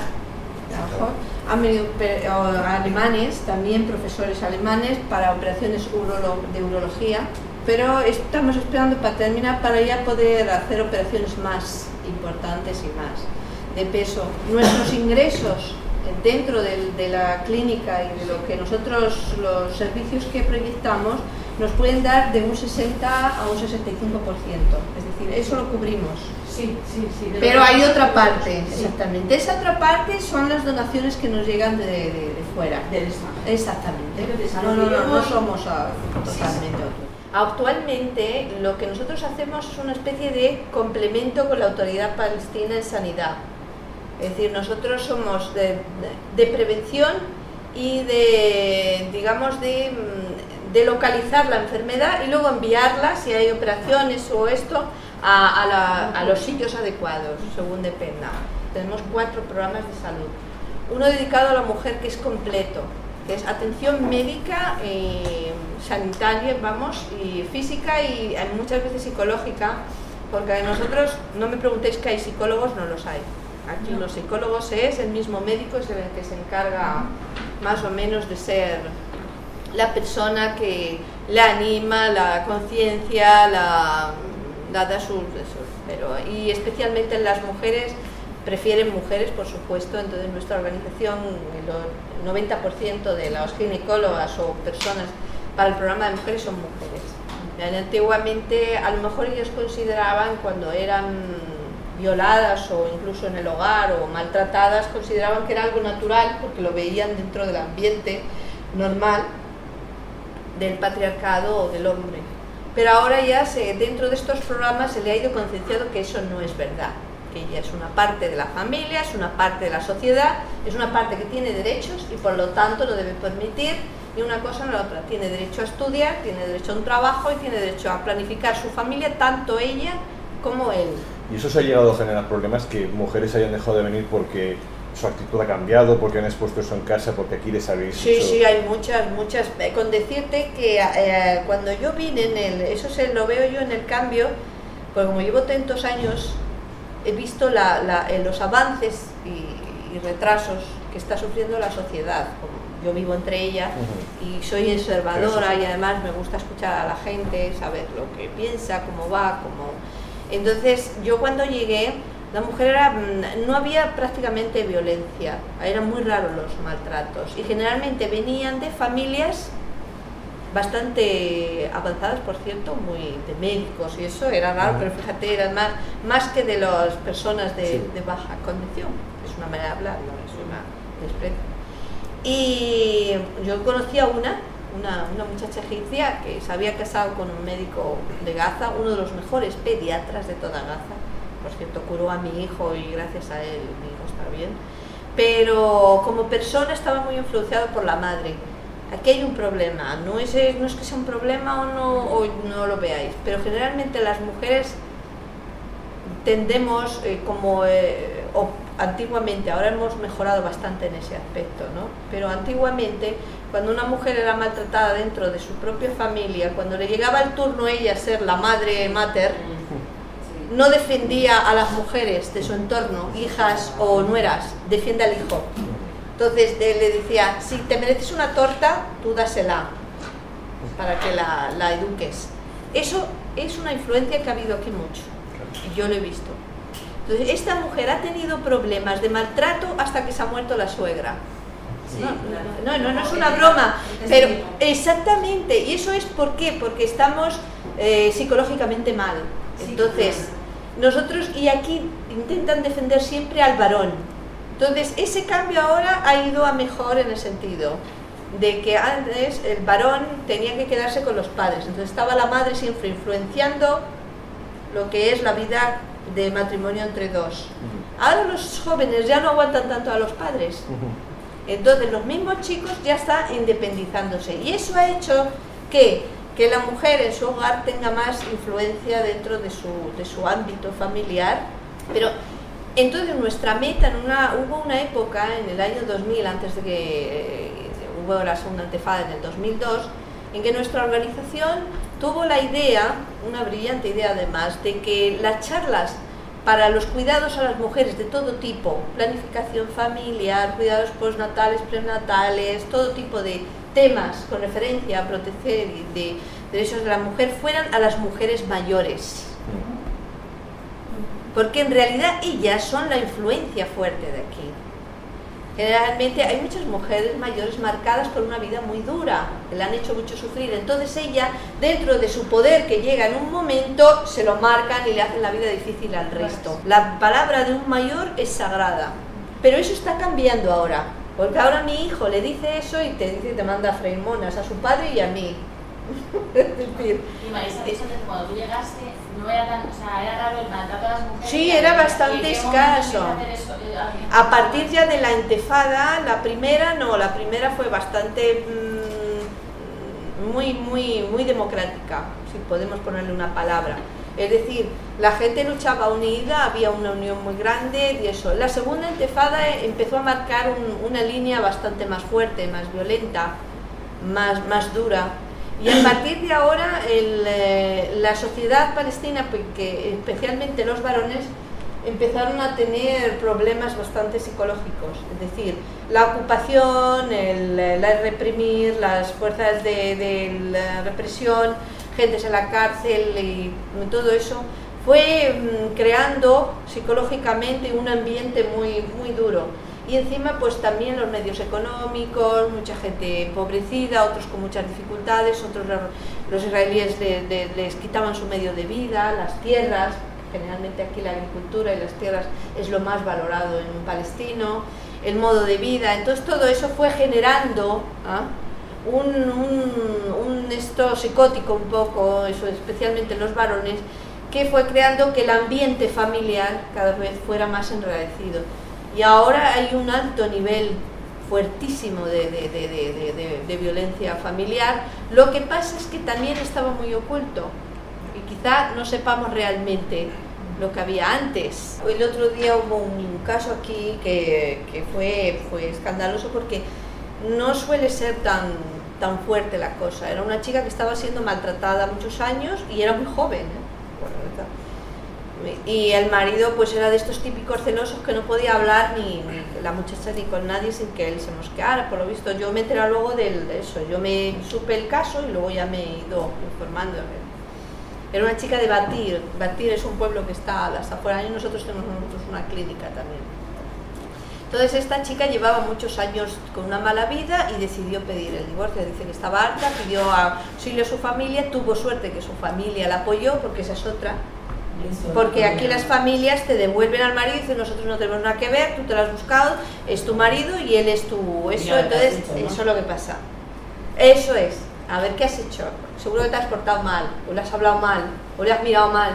Han venido alemanes, también profesores alemanes, para operaciones urolo, de urología. Pero estamos esperando para terminar para ya poder hacer operaciones más importantes y más de peso. Nuestros ingresos dentro de, de la clínica y de lo que nosotros, los servicios que proyectamos, nos pueden dar de un sesenta a un sesenta y cinco por ciento. Es decir, eso lo cubrimos.
Sí, sí, sí.
Pero hay otra parte, exactamente. Esa otra parte son las donaciones que nos llegan de, de, de fuera.
Del extranjero.
Exactamente. No, no, no, no somos a, totalmente otros. Actualmente lo que nosotros hacemos es una especie de complemento con la Autoridad Palestina en Sanidad. Es decir, nosotros somos de, de, de prevención y de, digamos, de, de localizar la enfermedad y luego enviarla, si hay operaciones o esto, a, a, la, a los sitios adecuados, según dependa. Tenemos cuatro programas de salud. Uno dedicado a la mujer, que es completo, que es atención médica, eh, sanitaria, vamos, y física y muchas veces psicológica, porque nosotros, no me preguntéis que hay psicólogos, no los hay. Aquí no. Los psicólogos es el mismo médico, es el que se encarga más o menos de ser la persona que la anima, la conciencia, la, la da sus, sus, pero y especialmente en las mujeres, prefieren mujeres, por supuesto. Entonces nuestra organización, el noventa por ciento de las ginecólogas o personas para el programa de mujeres son mujeres. Antiguamente a lo mejor ellas consideraban, cuando eran violadas o incluso en el hogar o maltratadas, consideraban que era algo natural porque lo veían dentro del ambiente normal del patriarcado o del hombre. Pero ahora ya se, dentro de estos programas se le ha ido concienciando que eso no es verdad, que ella es una parte de la familia, es una parte de la sociedad, es una parte que tiene derechos y por lo tanto no debe permitir ni una cosa ni la otra. Tiene derecho a estudiar, tiene derecho a un trabajo y tiene derecho a planificar su familia, tanto ella como él.
¿Y eso se ha llegado a generar problemas, que mujeres hayan dejado de venir porque su actitud ha cambiado, porque han expuesto eso en casa, porque aquí les habéis
Sí, hecho... sí, hay muchas, muchas. Con decirte que eh, cuando yo vine, en el, eso se lo veo yo en el cambio, porque como llevo tantos años, he visto la, la, los avances y, y retrasos que está sufriendo la sociedad. Como yo vivo entre ellas y soy observadora y además me gusta escuchar a la gente, saber lo que piensa, cómo va, cómo... Entonces yo cuando llegué, la mujer era, no había prácticamente violencia, eran muy raros los maltratos y generalmente venían de familias bastante avanzadas, por cierto, muy de médicos y eso era raro, pero fíjate, eran más, más que de las personas de, sí. de baja condición, es una manera de hablar, no es una desprecio. Y yo conocí a una, una, una muchacha egipcia que se había casado con un médico de Gaza, uno de los mejores pediatras de toda Gaza. Por cierto, curó a mi hijo y gracias a él mi hijo está bien. Pero como persona estaba muy influenciado por la madre. Aquí hay un problema, no es, no es que sea un problema o no, o no lo veáis, pero generalmente las mujeres tendemos eh, como... Eh, o, antiguamente, ahora hemos mejorado bastante en ese aspecto, ¿no? Pero antiguamente, cuando una mujer era maltratada dentro de su propia familia, cuando le llegaba el turno a ella a ser la madre mater, no defendía a las mujeres de su entorno, hijas o nueras, defiende al hijo. Entonces le decía, si te mereces una torta, tú dásela para que la, la eduques. Eso es una influencia que ha habido aquí mucho, y yo lo he visto. Entonces, esta mujer ha tenido problemas de maltrato hasta que se ha muerto la suegra. Sí, no, no, no, no es una broma, pero exactamente, y eso es ¿por qué? Porque estamos eh, psicológicamente mal. Entonces, nosotros, y aquí intentan defender siempre al varón. Entonces, ese cambio ahora ha ido a mejor en el sentido de que antes el varón tenía que quedarse con los padres, entonces estaba la madre siempre influenciando lo que es la vida de matrimonio entre dos. Ahora los jóvenes ya no aguantan tanto a los padres, entonces los mismos chicos ya están independizándose y eso ha hecho que, que la mujer en su hogar tenga más influencia dentro de su, de su ámbito familiar. Pero entonces nuestra meta, en una, hubo una época en el año dos mil, antes de que eh, hubo la segunda intifada en el dos mil dos, en que nuestra organización tuvo la idea, una brillante idea además, de que las charlas para los cuidados a las mujeres de todo tipo, planificación familiar, cuidados postnatales, prenatales, todo tipo de temas con referencia a proteger y de derechos de la mujer, fueran a las mujeres mayores. Porque en realidad ellas son la influencia fuerte de aquí. Generalmente hay muchas mujeres mayores marcadas por una vida muy dura, que le han hecho mucho sufrir, entonces ella, dentro de su poder que llega en un momento, se lo marcan y le hacen la vida difícil al resto. La palabra de un mayor es sagrada, pero eso está cambiando ahora, porque ahora mi hijo le dice eso y te dice, te manda a freír monas a su padre y a mí. Es decir,
y Marisa, eso que cuando tú llegaste no era tan, o sea, era raro el maltrato a las mujeres.
Sí, era bastante escaso. A partir ya de la intifada, la primera no, la primera fue bastante mmm, muy, muy, muy democrática, si podemos ponerle una palabra. Es decir, la gente luchaba unida, había una unión muy grande y eso. La segunda intifada empezó a marcar un, una línea bastante más fuerte, más violenta, más, más dura. Y a partir de ahora el, eh, la sociedad palestina, que especialmente los varones, empezaron a tener problemas bastante psicológicos, es decir, la ocupación, el, el reprimir, las fuerzas de, de la represión, gentes en la cárcel y todo eso, fue mm, creando psicológicamente un ambiente muy, muy duro. Y encima pues también los medios económicos, mucha gente empobrecida, otros con muchas dificultades, otros los israelíes le, le, les quitaban su medio de vida, las tierras, generalmente aquí la agricultura y las tierras es lo más valorado en un palestino, el modo de vida, entonces todo eso fue generando ¿ah? un, un, un esto psicótico un poco, eso especialmente en los varones, que fue creando que el ambiente familiar cada vez fuera más enrarecido. Y ahora hay un alto nivel fuertísimo de, de, de, de, de, de violencia familiar. Lo que pasa es que también estaba muy oculto y quizá no sepamos realmente lo que había antes. El otro día hubo un caso aquí que, que fue, fue escandaloso porque no suele ser tan, tan fuerte la cosa. Era una chica que estaba siendo maltratada muchos años y era muy joven, ¿eh? Y el marido pues era de estos típicos celosos que no podía hablar ni, ni la muchacha ni con nadie sin que él se mosqueara. Por lo visto yo me enteré luego del, de eso, yo me supe el caso y luego ya me he ido informando. Era una chica de Batir. Batir es un pueblo que está a las afueras y nosotros tenemos nosotros una clínica también. Entonces esta chica llevaba muchos años con una mala vida y decidió pedir el divorcio. Dice que estaba harta, pidió auxilio a su familia, tuvo suerte que su familia la apoyó, porque esa es otra. Porque aquí las familias te devuelven al marido y dicen nosotros no tenemos nada que ver, tú te lo has buscado, es tu marido y él es tu eso, entonces eso es lo que pasa. Eso es, a ver qué has hecho, seguro que te has portado mal, o le has hablado mal, o le has mirado mal.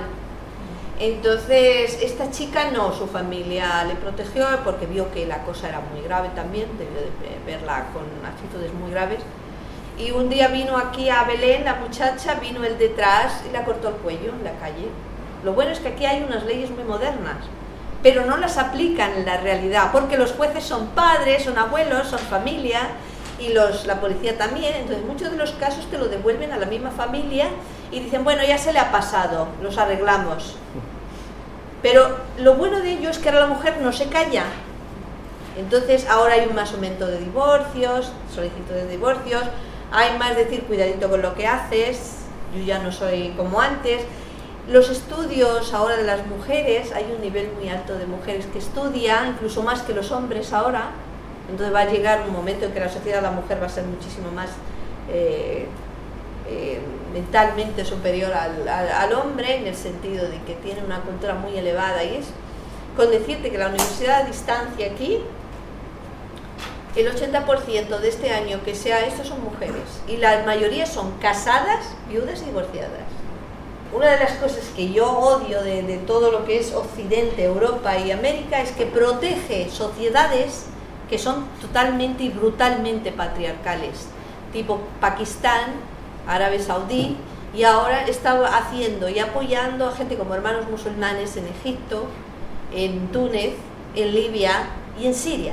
Entonces esta chica no, su familia le protegió porque vio que la cosa era muy grave también, debió de verla con actitudes muy graves. Y un día vino aquí a Belén, la muchacha, vino él detrás y la cortó el cuello en la calle. Lo bueno es que aquí hay unas leyes muy modernas, pero no las aplican en la realidad, porque los jueces son padres, son abuelos, son familia, y los, la policía también. Entonces muchos de los casos te lo devuelven a la misma familia y dicen, bueno, ya se le ha pasado, los arreglamos. Pero lo bueno de ello es que ahora la mujer no se calla. Entonces ahora hay un más aumento de divorcios, solicitudes de divorcios, hay más decir cuidadito con lo que haces, yo ya no soy como antes. Los estudios ahora de las mujeres, hay un nivel muy alto de mujeres que estudian, incluso más que los hombres ahora. Entonces va a llegar un momento en que la sociedad, la mujer va a ser muchísimo más eh, eh, mentalmente superior al, al, al hombre, en el sentido de que tiene una cultura muy elevada. Y es con decirte que la universidad a distancia aquí, el ochenta por ciento de este año que sea esto son mujeres, y la mayoría son casadas, viudas y divorciadas. Una de las cosas que yo odio de, de todo lo que es Occidente, Europa y América es que protege sociedades que son totalmente y brutalmente patriarcales, tipo Pakistán, Arabia Saudí, y ahora está haciendo y apoyando a gente como hermanos musulmanes en Egipto, en Túnez, en Libia y en Siria.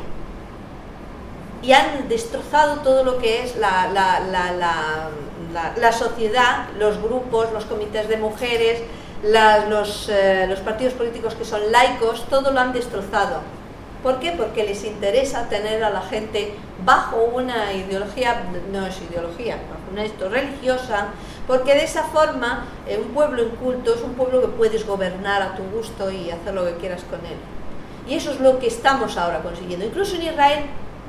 Y han destrozado todo lo que es la, la, la, la, la, la sociedad, los grupos, los comités de mujeres, la, los, eh, los partidos políticos que son laicos, todo lo han destrozado. ¿Por qué? Porque les interesa tener a la gente bajo una ideología, no es ideología, bajo una esto religiosa, porque de esa forma eh, un pueblo inculto es un pueblo que puedes gobernar a tu gusto y hacer lo que quieras con él. Y eso es lo que estamos ahora consiguiendo. Incluso en Israel,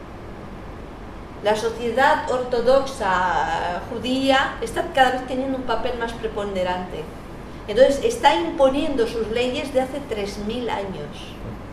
la sociedad ortodoxa judía está cada vez teniendo un papel más preponderante. Entonces está imponiendo sus leyes de hace tres mil años.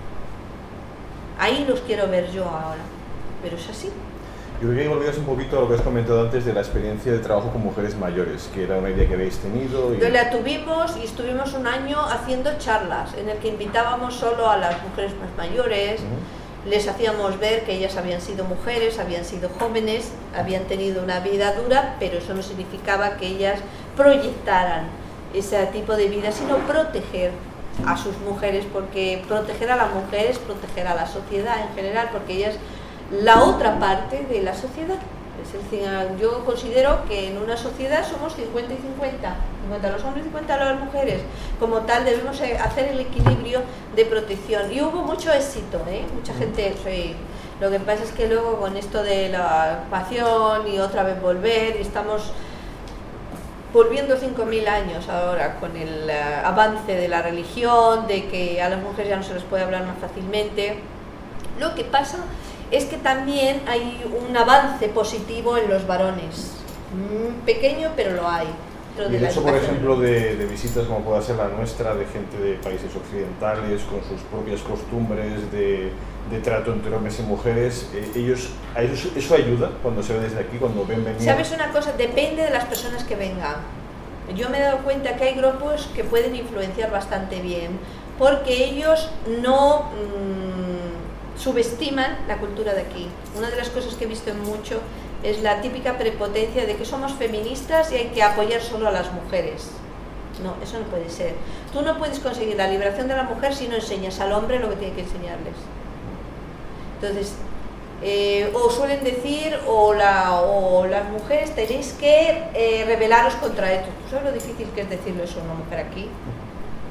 Ahí los quiero ver yo ahora, pero es así.
Yo quería que volvieras un poquito a lo que has comentado antes de la experiencia de trabajo con mujeres mayores, que era una idea que habéis tenido. Y...
La tuvimos y estuvimos un año haciendo charlas en el que invitábamos solo a las mujeres más mayores. Uh-huh. Les hacíamos ver que ellas habían sido mujeres, habían sido jóvenes, habían tenido una vida dura, pero eso no significaba que ellas proyectaran ese tipo de vida, sino proteger a sus mujeres, porque proteger a la mujer es proteger a la sociedad en general, porque ella es la otra parte de la sociedad. Es decir, yo considero que en una sociedad somos cincuenta y cincuenta, cincuenta los hombres y cincuenta las mujeres. Como tal debemos hacer el equilibrio de protección, y hubo mucho éxito, ¿eh? Mucha gente, sí. Lo que pasa es que luego con esto de la ocupación y otra vez volver, y estamos volviendo cinco mil años ahora con el uh, avance de la religión, de que a las mujeres ya no se les puede hablar más fácilmente. Lo que pasa es que también hay un avance positivo en los varones, mm, pequeño pero lo hay.
Y el hecho, por ejemplo, de, de visitas como pueda ser la nuestra, de gente de países occidentales, con sus propias costumbres, de, de trato entre hombres y mujeres, eh, ellos, a ellos, ¿eso ayuda cuando se ve desde aquí, cuando ven venir?
¿Sabes una cosa? Depende de las personas que vengan. Yo me he dado cuenta que hay grupos que pueden influenciar bastante bien, porque ellos no mmm, subestiman la cultura de aquí. Una de las cosas que he visto mucho es la típica prepotencia de que somos feministas y hay que apoyar solo a las mujeres. No, eso no puede ser. Tú no puedes conseguir la liberación de la mujer si no enseñas al hombre lo que tiene que enseñarles. Entonces, eh, o suelen decir, o, la, o las mujeres tenéis que eh, rebelaros contra esto. ¿Sabes lo difícil que es decirlo eso a una mujer aquí?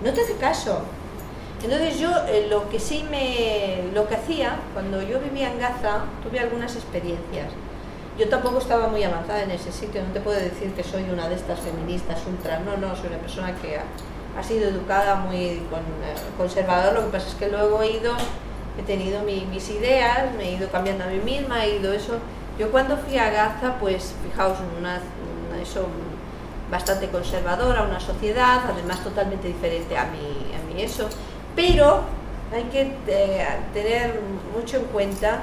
no te hace caso. Entonces yo eh, lo que sí me, lo que hacía, cuando yo vivía en Gaza, tuve algunas experiencias. Yo tampoco estaba muy avanzada en ese sitio, no te puedo decir que soy una de estas feministas ultra, no, no, soy una persona que ha, ha sido educada muy con, eh, conservadora, lo que pasa es que luego he ido, he tenido mi, mis ideas, me he ido cambiando a mí misma, he ido eso. Yo cuando fui a Gaza, pues fijaos, una, una eso bastante conservadora, una sociedad, además totalmente diferente a mi, a mi eso, pero hay que eh, tener mucho en cuenta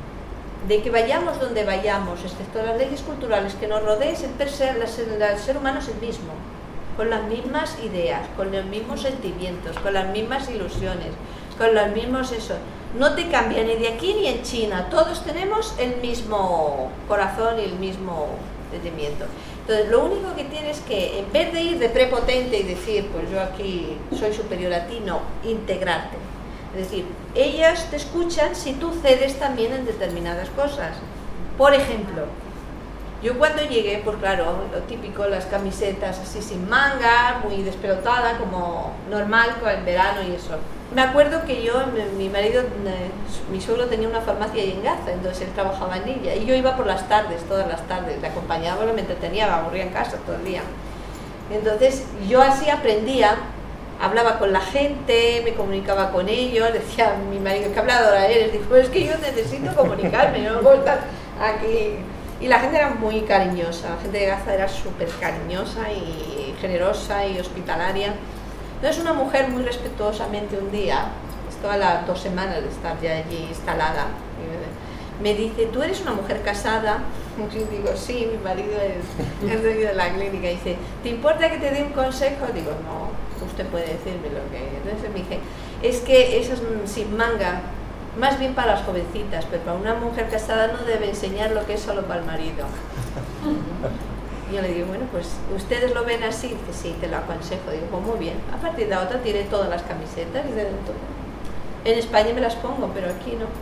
de que vayamos donde vayamos, excepto las leyes culturales que nos rodeen, el ser, el ser humano es el mismo, con las mismas ideas, con los mismos sentimientos, con las mismas ilusiones, con los mismos eso. No te cambia ni de aquí ni en China, todos tenemos el mismo corazón y el mismo sentimiento. Entonces lo único que tienes que, en vez de ir de prepotente y decir, pues yo aquí soy superior a ti, no, integrarte. Es decir, ellas te escuchan si tú cedes también en determinadas cosas. Por ejemplo, yo cuando llegué, pues claro, lo típico, las camisetas así sin manga, muy despelotada, como normal con el verano y eso. Me acuerdo que yo, mi, mi marido, mi suegro tenía una farmacia ahí en Gaza, entonces él trabajaba en ella, y yo iba por las tardes, todas las tardes, le acompañaba, bueno, me entretenía, me aburría en casa todo el día. Entonces yo así aprendía, hablaba con la gente, me comunicaba con ellos, decía mi marido, ¿qué habladora eres? Dijo, es que yo necesito comunicarme, no puedo estar aquí. Y la gente era muy cariñosa, la gente de Gaza era súper cariñosa y generosa y hospitalaria. Entonces una mujer muy respetuosamente un día, esto a las dos semanas de estar ya allí instalada, me dice, ¿tú eres una mujer casada? Y digo, sí, mi marido es el dueño de la clínica. Y dice, ¿te importa que te dé un consejo? Digo, no, usted puede decirme lo que... Entonces me dice, es que eso es sin manga, más bien para las jovencitas, pero para una mujer casada no debe enseñar lo que es solo para el marido. Y yo le digo, bueno, pues ¿ustedes lo ven así? Dice, sí, te lo aconsejo. Digo, pues muy bien. A partir de otra tiré todas las camisetas y de todo. En España me las pongo, pero aquí no.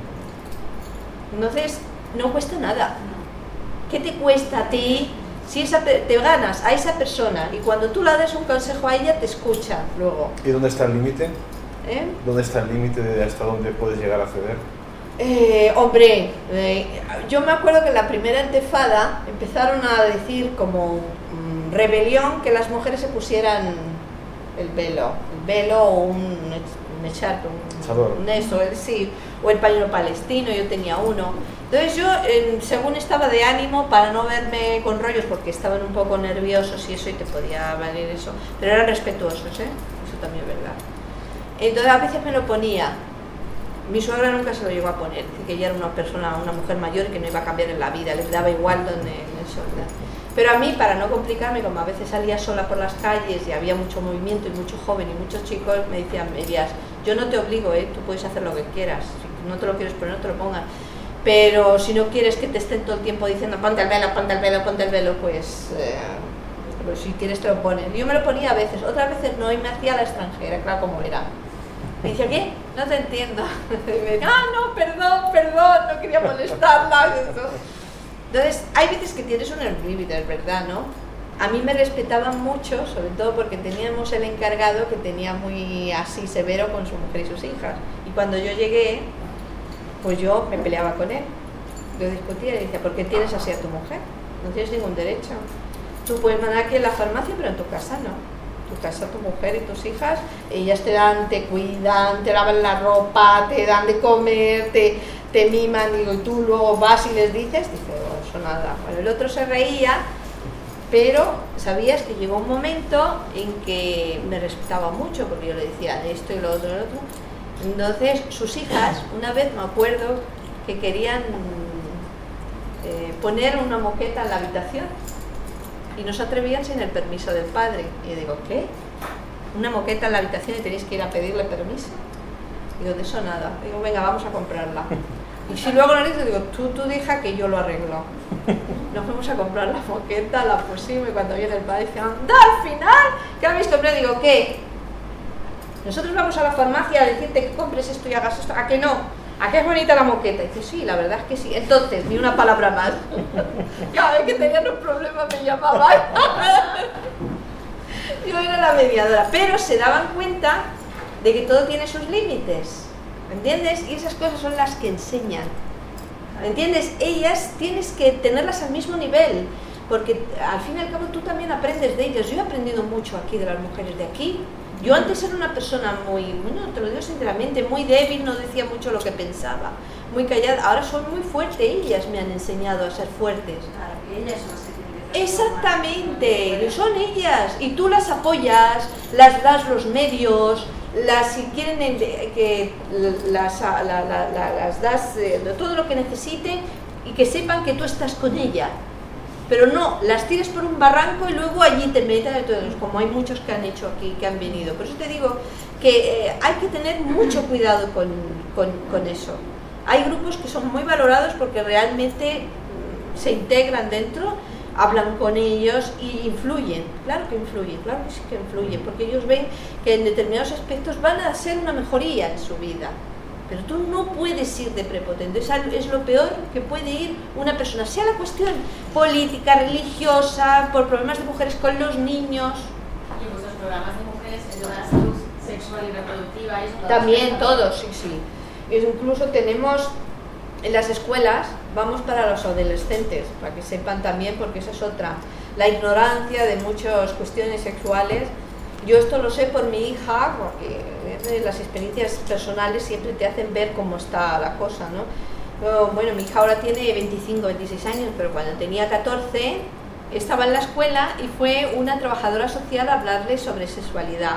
Entonces, no cuesta nada. ¿Qué te cuesta a ti si esa, te ganas a esa persona y cuando tú le das un consejo a ella te escucha luego?
¿Y dónde está el límite?
¿Eh?
¿Dónde está el límite de hasta dónde puedes llegar a ceder?
Eh, hombre, eh, yo me acuerdo que en la primera intifada empezaron a decir como mm, rebelión que las mujeres se pusieran el velo, el velo o un, un echarpe, un, un eso, el, sí, o el pañuelo palestino, yo tenía uno. Entonces yo, eh, según estaba de ánimo, para no verme con rollos, porque estaban un poco nerviosos y eso, y te podía valer eso, pero eran respetuosos, ¿eh? Eso también es verdad. Entonces a veces me lo ponía. Mi suegra nunca se lo llegó a poner, dice que ella era una persona, una mujer mayor que no iba a cambiar en la vida, le daba igual donde eso, ¿verdad? Pero a mí, para no complicarme, como a veces salía sola por las calles y había mucho movimiento y mucho joven y muchos chicos, me decían, Elías, yo no te obligo, ¿eh? Tú puedes hacer lo que quieras, si no te lo quieres poner, no te lo pongas, pero si no quieres que te estén todo el tiempo diciendo ponte el velo, ponte el velo, ponte el velo, pues, eh, pues si quieres te lo pones. Yo me lo ponía a veces, otras veces no, y me hacía la extranjera, claro como era. Me dice, ¿qué? No te entiendo. Y me dice, ah, no, perdón, perdón, no quería molestarla. Eso. Entonces, hay veces que tienes un límite, es verdad, ¿no? A mí me respetaban mucho, sobre todo porque teníamos el encargado que tenía muy así severo con su mujer y sus hijas. Y cuando yo llegué, pues yo me peleaba con él. Yo discutía y decía, ¿por qué tienes así a tu mujer? No tienes ningún derecho. Tú puedes mandar aquí en la farmacia, pero en tu casa no. Tu casa, tu mujer y tus hijas, ellas te dan, te cuidan, te lavan la ropa, te dan de comer, te, te miman, digo, y tú luego vas y les dices, dice, oh, eso nada. Bueno, el otro se reía, pero sabías que llegó un momento en que me respetaba mucho, porque yo le decía esto y lo otro y lo otro. Entonces, sus hijas, una vez me acuerdo que querían eh, poner una moqueta en la habitación, y no se atrevían sin el permiso del padre. Y yo digo, ¿qué? Una moqueta en la habitación y tenéis que ir a pedirle permiso. Digo, de eso nada. Digo, venga, vamos a comprarla. Y si luego no le digo, digo, tú, tú deja que yo lo arreglo. Nos fuimos a comprar la moqueta, la pusimos, y cuando viene el padre dice, anda, al final, ¿qué habéis comprado? Digo, ¿qué? Nosotros vamos a la farmacia a decirte que compres esto y hagas esto. ¿A qué no? ¿A qué es bonita la moqueta? Y dice, sí, la verdad es que sí. Entonces, ni una palabra más. Cada vez que tenían un problema me llamaban. Yo era la mediadora, pero se daban cuenta de que todo tiene sus límites, ¿entiendes? Y esas cosas son las que enseñan, ¿entiendes? Ellas tienes que tenerlas al mismo nivel, porque al fin y al cabo tú también aprendes de ellas. Yo he aprendido mucho aquí de las mujeres de aquí. Yo antes era una persona muy, bueno, te lo digo sinceramente, muy débil, no decía mucho lo que pensaba, muy callada. Ahora soy muy fuerte, ellas me han enseñado a ser fuertes.
Claro, que ellas son las que tienen que
Exactamente, son ellas, y tú las apoyas, las das los medios, las si quieren que las, la, la, la, las das eh, todo lo que necesiten y que sepan que tú estás con ella. Pero no, las tires por un barranco y luego allí te metas, como hay muchos que han hecho aquí, que han venido. Por eso te digo que eh, hay que tener mucho cuidado con, con, con eso. Hay grupos que son muy valorados porque realmente mm, se integran dentro, hablan con ellos y influyen. Claro que influyen, claro que sí que influyen, porque ellos ven que en determinados aspectos van a ser una mejoría en su vida. Pero tú no puedes ir de prepotente, es lo peor que puede ir una persona, sea la cuestión política, religiosa, por problemas de mujeres con los niños.
Y vuestros programas de mujeres ayudan a la salud sexual y reproductiva. Eso
También todos, sí, sí. Incluso tenemos en las escuelas, vamos para los adolescentes, para que sepan también, porque esa es otra, la ignorancia de muchas cuestiones sexuales. Yo esto lo sé por mi hija, porque las experiencias personales siempre te hacen ver cómo está la cosa, ¿no? Bueno, mi hija ahora tiene veinticinco, veintiséis años, pero cuando tenía catorce estaba en la escuela y fue una trabajadora social a hablarle sobre sexualidad.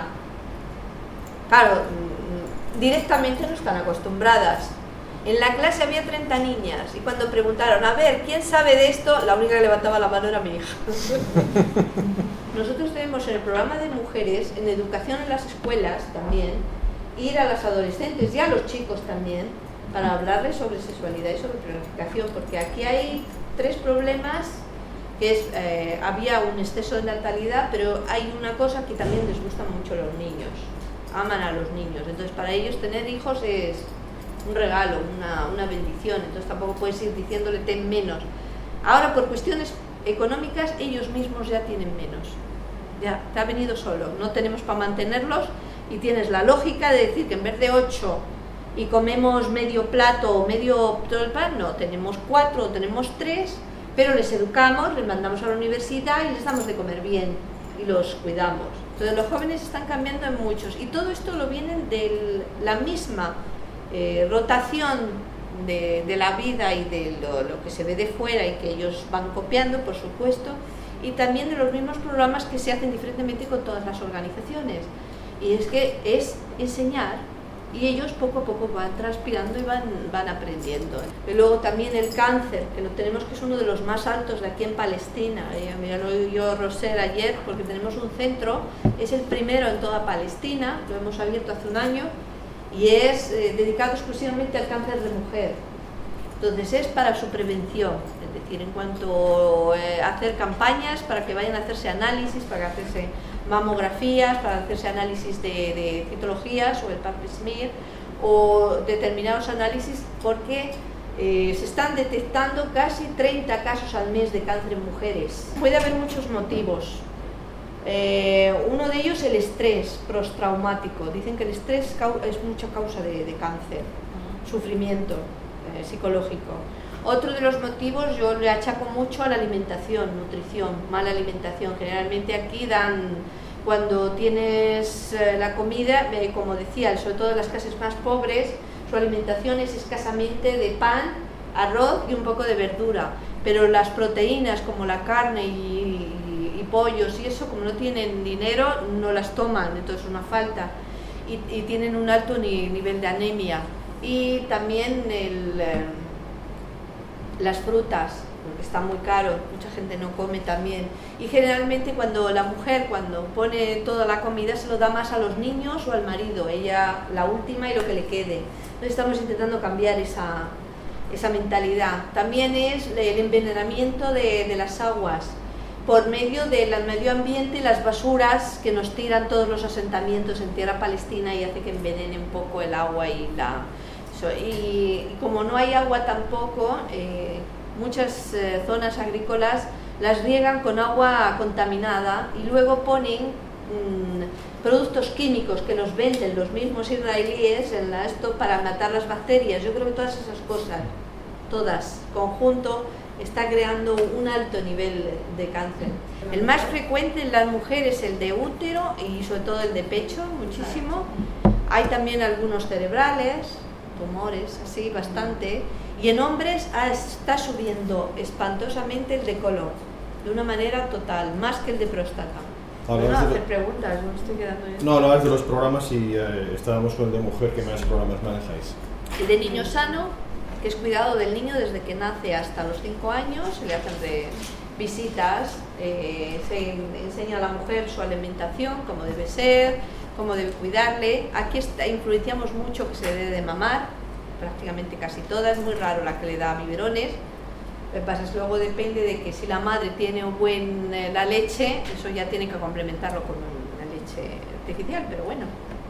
Claro, directamente no están acostumbradas. En la clase había treinta niñas y cuando preguntaron, a ver, ¿quién sabe de esto? La única que levantaba la mano era mi hija. Nosotros tenemos en el programa de mujeres, en educación en las escuelas también, ir a las adolescentes y a los chicos también, para hablarles sobre sexualidad y sobre planificación, porque aquí hay tres problemas, que es, eh, había un exceso de natalidad, pero hay una cosa que también les gusta mucho a los niños, aman a los niños, entonces para ellos tener hijos es un regalo, una, una bendición, entonces tampoco puedes ir diciéndole ten menos. Ahora por cuestiones económicas ellos mismos ya tienen menos, ya te ha venido solo, no tenemos para mantenerlos y tienes la lógica de decir que en vez de ocho y comemos medio plato o medio todo el pan, no, tenemos cuatro o tenemos tres, pero les educamos, les mandamos a la universidad y les damos de comer bien y los cuidamos. Entonces los jóvenes están cambiando en muchos y todo esto lo vienen de la misma eh, rotación De, de la vida y de lo, lo que se ve de fuera y que ellos van copiando, por supuesto, y también de los mismos programas que se hacen diferentemente con todas las organizaciones. Y es que es enseñar y ellos poco a poco van transpirando y van, van aprendiendo. Y luego también el cáncer, que lo tenemos, que es uno de los más altos de aquí en Palestina. Eh, mira, lo yo Roser ayer, porque tenemos un centro, es el primero en toda Palestina, lo hemos abierto hace un año, y es eh, dedicado exclusivamente al cáncer de mujer. Entonces es para su prevención, es decir, en cuanto a eh, hacer campañas para que vayan a hacerse análisis, para hacerse mamografías, para hacerse análisis de, de citologías o el pap smear o determinados análisis, porque eh, se están detectando casi treinta casos al mes de cáncer en mujeres. Puede haber muchos motivos. Eh, uno de ellos el estrés postraumático. Dicen que el estrés es mucha causa de, de cáncer, sufrimiento eh, psicológico. Otro de los motivos yo le achaco mucho a la alimentación, nutrición, mala alimentación. Generalmente aquí dan, cuando tienes eh, la comida, eh, como decía, sobre todo en las casas más pobres, su alimentación es escasamente de pan, arroz y un poco de verdura, pero las proteínas como la carne y y pollos y eso, como no tienen dinero, no las toman, entonces una falta, y, y tienen un alto ni, nivel de anemia. Y también el, eh, las frutas, porque está muy caro, mucha gente no come también, y generalmente cuando la mujer, cuando pone toda la comida, se lo da más a los niños o al marido, ella la última y lo que le quede. Entonces estamos intentando cambiar esa, esa mentalidad. También es el envenenamiento de, de las aguas, por medio del medio ambiente y las basuras que nos tiran todos los asentamientos en tierra palestina y hace que envenene un poco el agua y la... Y, y como no hay agua tampoco, eh, muchas eh, zonas agrícolas las riegan con agua contaminada y luego ponen mmm, productos químicos que nos venden los mismos israelíes en la, esto para matar las bacterias. Yo creo que todas esas cosas, todas, conjunto, está creando un alto nivel de cáncer. El más frecuente en las mujeres es el de útero y sobre todo el de pecho, muchísimo. Hay también algunos cerebrales, tumores, así, bastante. Y en hombres está subiendo espantosamente el de colon, de una manera total, más que el de próstata.
Bueno,
no, hacer
de...
preguntas, no estoy quedando bien.
No, hablabas de los programas y eh, estábamos con el de mujer, ¿qué más programas manejáis?
El de niño sano, que es cuidado del niño desde que nace hasta los cinco años, se le hacen de visitas, eh, se enseña a la mujer su alimentación, cómo debe ser, cómo debe cuidarle. Aquí está, influenciamos mucho que se le debe de mamar, prácticamente casi todas, es muy raro la que le da biberones. Lo que pasa es que luego depende de que si la madre tiene un buen, eh, la leche, eso ya tiene que complementarlo con una leche artificial, pero bueno.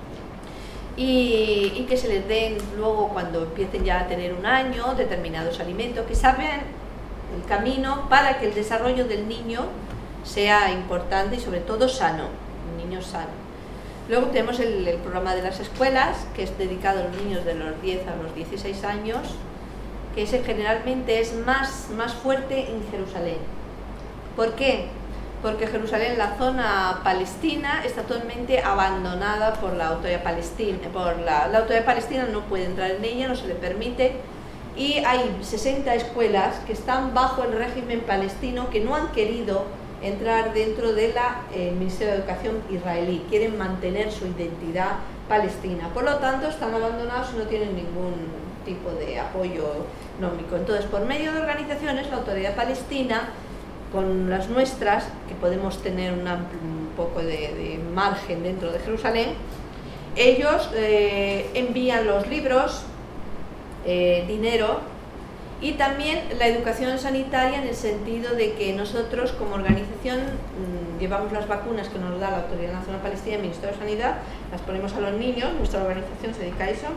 Y, y que se les den luego cuando empiecen ya a tener un año determinados alimentos, que saben el camino para que el desarrollo del niño sea importante y sobre todo sano, un niño sano. Luego tenemos el, el programa de las escuelas, que es dedicado a los niños de los diez a los dieciséis años, que ese generalmente es más, más fuerte en Jerusalén. ¿Por qué? Porque Jerusalén, la zona palestina, está totalmente abandonada por la autoridad palestina. Por la, la autoridad palestina no puede entrar en ella, no se le permite, y hay sesenta escuelas que están bajo el régimen palestino que no han querido entrar dentro del de eh, Ministerio de Educación israelí, quieren mantener su identidad palestina, por lo tanto están abandonados y no tienen ningún tipo de apoyo económico. Entonces, por medio de organizaciones, la autoridad palestina, con las nuestras, que podemos tener una, un poco de, de margen dentro de Jerusalén, ellos eh, envían los libros, eh, dinero, y también la educación sanitaria, en el sentido de que nosotros como organización mmm, llevamos las vacunas que nos da la Autoridad Nacional Palestina y el Ministerio de Sanidad, las ponemos a los niños, nuestra organización se dedica a eso,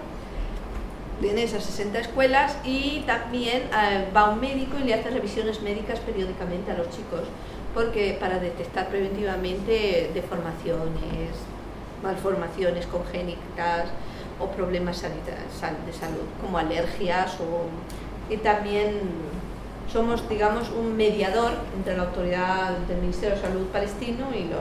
en esas sesenta escuelas, y también eh, va un médico y le hace revisiones médicas periódicamente a los chicos, porque para detectar preventivamente deformaciones, malformaciones congénitas o problemas de salud, como alergias o... Y también somos, digamos, un mediador entre la autoridad del Ministerio de Salud palestino y, lo,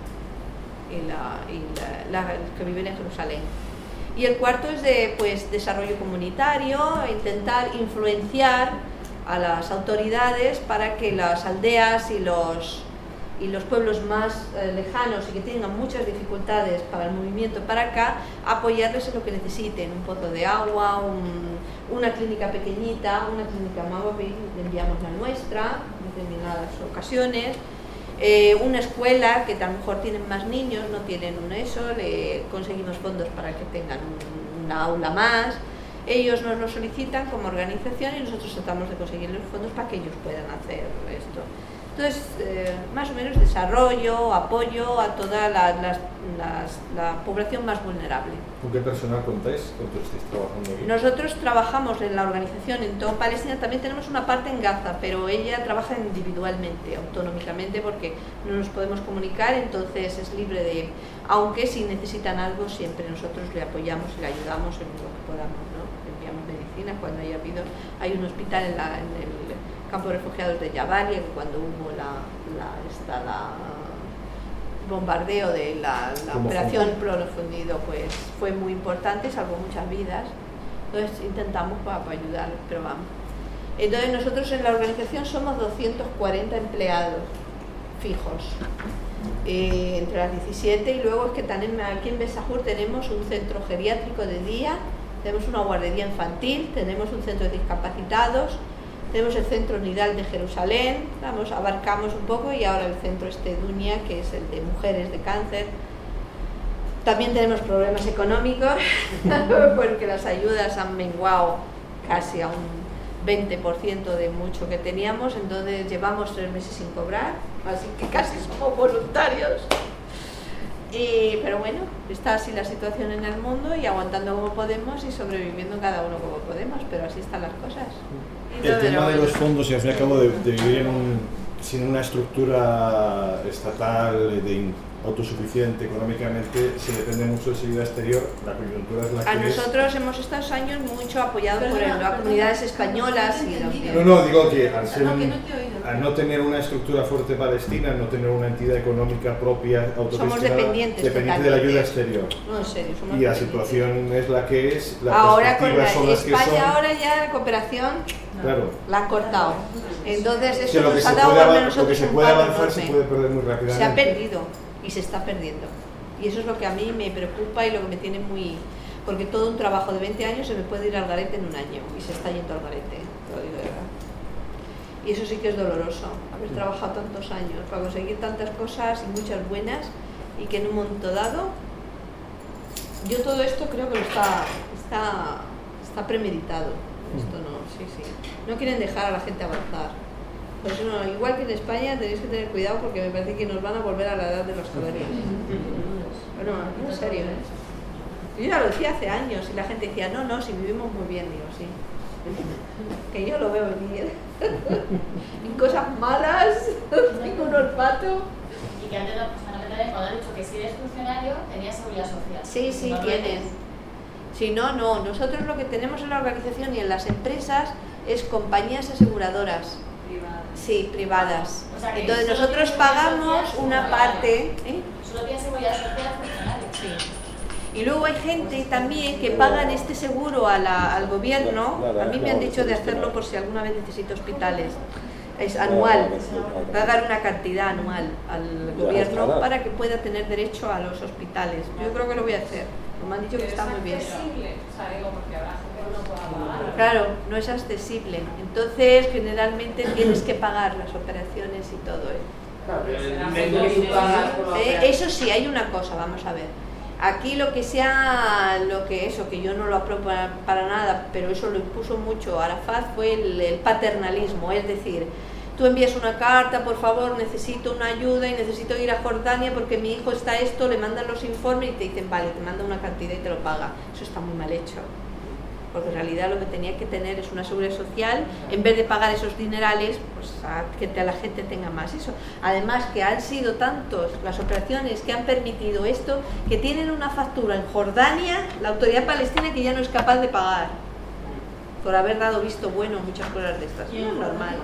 y, la, y la, la, los que viven en Jerusalén. Y el cuarto es de pues, desarrollo comunitario, intentar influenciar a las autoridades para que las aldeas y los, y los pueblos más eh, lejanos y que tengan muchas dificultades para el movimiento para acá, apoyarles en lo que necesiten, un pozo de agua, un, una clínica pequeñita, una clínica móvil, le enviamos la nuestra en determinadas ocasiones, eh, una escuela que a lo mejor tienen más niños, no tienen un eso, le conseguimos fondos para que tengan un, una aula más, ellos nos lo solicitan como organización y nosotros tratamos de conseguir los fondos para que ellos puedan hacer esto. Entonces, eh, más o menos desarrollo, apoyo a toda la, la, la, la población más vulnerable.
¿Con qué personal contáis? ¿Cuántos estáis trabajando aquí?
Nosotros trabajamos en la organización en toda Palestina, también tenemos una parte en Gaza, pero ella trabaja individualmente, autonómicamente, porque no nos podemos comunicar, entonces es libre de... Aunque si necesitan algo, siempre nosotros le apoyamos y le ayudamos en lo que podamos, ¿no? Le enviamos medicina cuando haya habido... Hay un hospital en, la, en el campo de refugiados de Jabalia, que cuando hubo la, la, esta, la bombardeo de la, la operación Profundido, pues fue muy importante, salvó muchas vidas. Entonces intentamos para, para ayudar, pero vamos. Entonces nosotros en la organización somos doscientos cuarenta empleados fijos, eh, entre las diecisiete, y luego es que también aquí en Besajur tenemos un centro geriátrico de día, tenemos una guardería infantil, tenemos un centro de discapacitados, tenemos el centro Nidal de Jerusalén, vamos, abarcamos un poco, y ahora el centro este Dunia, que es el de mujeres de cáncer. También tenemos problemas económicos, porque las ayudas han menguado casi a un veinte por ciento de mucho que teníamos, entonces llevamos tres meses sin cobrar, así que casi somos voluntarios. Y, pero bueno, está así la situación en el mundo, y aguantando como podemos y sobreviviendo cada uno como podemos, pero así están las cosas.
El tema de los fondos, y al fin y al cabo de, de vivir en un, sin una estructura estatal de, autosuficiente económicamente, se depende mucho de esa ayuda exterior, la coyuntura es la que
A
es.
nosotros hemos estado estos años mucho apoyados por el- las comunidades españolas y los...
No, no, digo que al, ser un- al no tener una estructura fuerte palestina, no tener una entidad económica propia autogestionada,
Somos dependientes
dependiente de la ayuda
totalmente.
exterior.
No, en serio, somos
Y la
dependientes.
situación es la que es, las
Ahora con la,
perspectivas son las que
España
son.
ahora ya la cooperación
Claro.
la han cortado. Entonces
Que
eso
lo que
nos
se
ha dado
puede,
a
avan- lo que
nosotros
se
un
puede
palo
avanzar se
enorme.
puede perder muy rápidamente.
Se ha perdido y se está perdiendo. Y eso es lo que a mí me preocupa y lo que me tiene muy... Porque todo un trabajo de veinte años se me puede ir al garete en un año y se está yendo al garete, te lo digo de verdad. Y eso sí que es doloroso, haber trabajado tantos años para conseguir tantas cosas y muchas buenas y que en un momento dado... Yo todo esto creo que lo está, está, está premeditado. Esto no, sí, sí. No quieren dejar a la gente avanzar. Por eso no, igual que en España tenéis que tener cuidado porque me parece que nos van a volver a la edad de los colores. Bueno, en serio, ¿eh? Yo ya lo decía hace años y la gente decía, no, no, si vivimos muy bien, digo, sí. Que yo lo veo venir. En cosas malas, tengo un olfato.
Y que antes la persona que te ha dicho que si eres funcionario tenías seguridad social.
Sí, sí,
No lo
tienen.
eres.
Si no, no. Nosotros lo que tenemos en la organización y en las empresas es compañías aseguradoras. Sí, privadas.
O sea, que
Entonces
solo
nosotros
tienes seguridad
pagamos
social
una
funcionario.
parte. ¿eh?
Solo tienes seguridad social funcionario.
Sí. Y luego hay gente también que pagan este seguro a la- al gobierno. A mí me han dicho de hacerlo por si alguna vez necesito hospitales. Es anual, pagar una cantidad anual al gobierno para que pueda tener derecho a los hospitales. Yo creo que lo voy a hacer. Me han dicho que está muy bien.
accesible, o sea, digo, porque habrá gente que no pueda pagar.
Claro, no es accesible. Entonces, generalmente tienes que pagar las operaciones y todo. ¿eh? Eh, eso sí, hay una cosa, vamos a ver. Aquí lo que sea, lo que eso, que yo no lo apruebo para, para nada, pero eso lo impuso mucho Arafat, fue el, el paternalismo, es decir, tú envías una carta, por favor, necesito una ayuda y necesito ir a Jordania porque mi hijo está esto, le mandan los informes y te dicen, vale, te manda una cantidad y te lo paga. Eso está muy mal hecho. Porque en realidad lo que tenía que tener es una seguridad social, en vez de pagar esos dinerales, pues a que te- a la gente tenga más eso. Además que han sido tantos las operaciones que han permitido esto, que tienen una factura en Jordania, la autoridad palestina, que ya no es capaz de pagar, por haber dado visto bueno muchas cosas de estas. No es normal.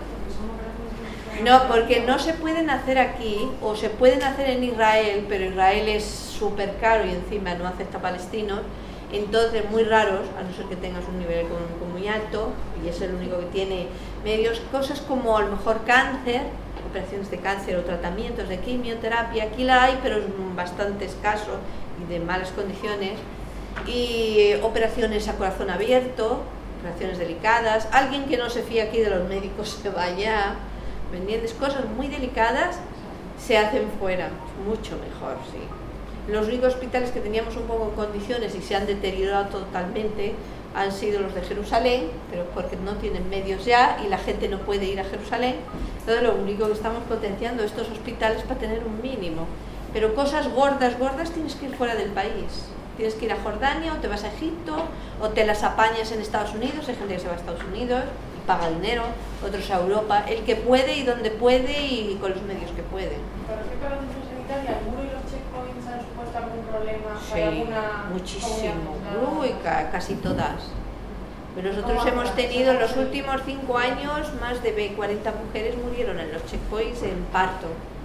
No, porque no se pueden hacer aquí, o se pueden hacer en Israel, pero Israel es súper caro y encima no acepta palestinos. Entonces, muy raros, a no ser que tengas un nivel económico muy alto, y es el único que tiene medios, cosas como a lo mejor cáncer, operaciones de cáncer o tratamientos de quimioterapia, aquí la hay, pero es bastante escaso y de malas condiciones, y eh, operaciones a corazón abierto, operaciones delicadas, alguien que no se fía aquí de los médicos se vaya, ¿me entiendes? Cosas muy delicadas se hacen fuera, mucho mejor, sí. Los únicos hospitales que teníamos un poco en condiciones y se han deteriorado totalmente han sido los de Jerusalén, pero porque no tienen medios ya y la gente no puede ir a Jerusalén. Entonces lo único que estamos potenciando estos hospitales para tener un mínimo. Pero cosas gordas, gordas tienes que ir fuera del país. Tienes que ir a Jordania o te vas a Egipto o te las apañas en Estados Unidos. Hay gente que se va a Estados Unidos y paga dinero, otros a Europa. El que puede y donde puede y con los medios que puede.
Con respecto a la atención sanitaria, ¿el muro y los checkpoints han supuesto algún problema? ¿Hay
Sí,
alguna
muchísimo.
comunidad?
Uy, ca- casi todas. Pero nosotros hemos tenido en los últimos cinco años más de cuarenta mujeres murieron en los checkpoints en parto.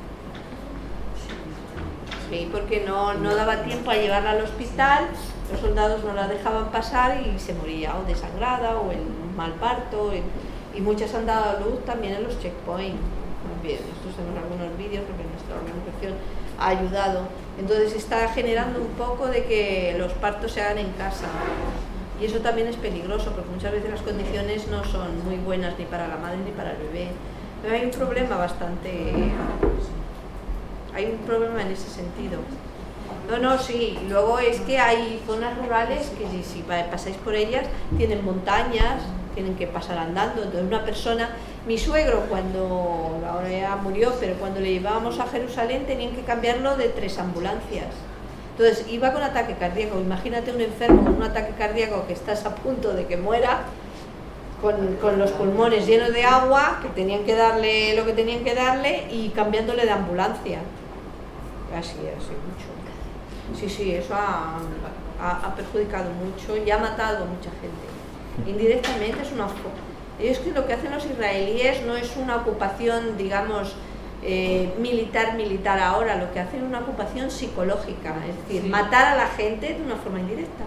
Sí, porque no, no daba tiempo a llevarla al hospital, los soldados no la dejaban pasar y se moría o desangrada o en un mal parto. en- y muchas han dado a luz también en los checkpoints. Muy bien, nosotros tenemos algunos vídeos porque nuestra organización ha ayudado. Entonces está generando un poco de que los partos se hagan en casa. Y eso también es peligroso porque muchas veces las condiciones no son muy buenas ni para la madre ni para el bebé. Pero hay un problema bastante... Hay un problema en ese sentido. No, no, sí. Y luego es que hay zonas rurales que si, si pa- pasáis por ellas tienen montañas, tienen que pasar andando. Entonces una persona, mi suegro cuando, ahora ya murió, pero cuando le llevábamos a Jerusalén tenían que cambiarlo de tres ambulancias. Entonces iba con ataque cardíaco. Imagínate un enfermo con un ataque cardíaco que estás a punto de que muera, con, con los pulmones llenos de agua, que tenían que darle lo que tenían que darle y cambiándole de ambulancia. casi, hace mucho. Sí, sí, eso ha, ha, ha perjudicado mucho y ha matado a mucha gente. Indirectamente es una... Es que lo que hacen los israelíes no es una ocupación, digamos, eh, militar, militar ahora, lo que hacen es una ocupación psicológica, es decir, sí. matar a la gente de una forma indirecta.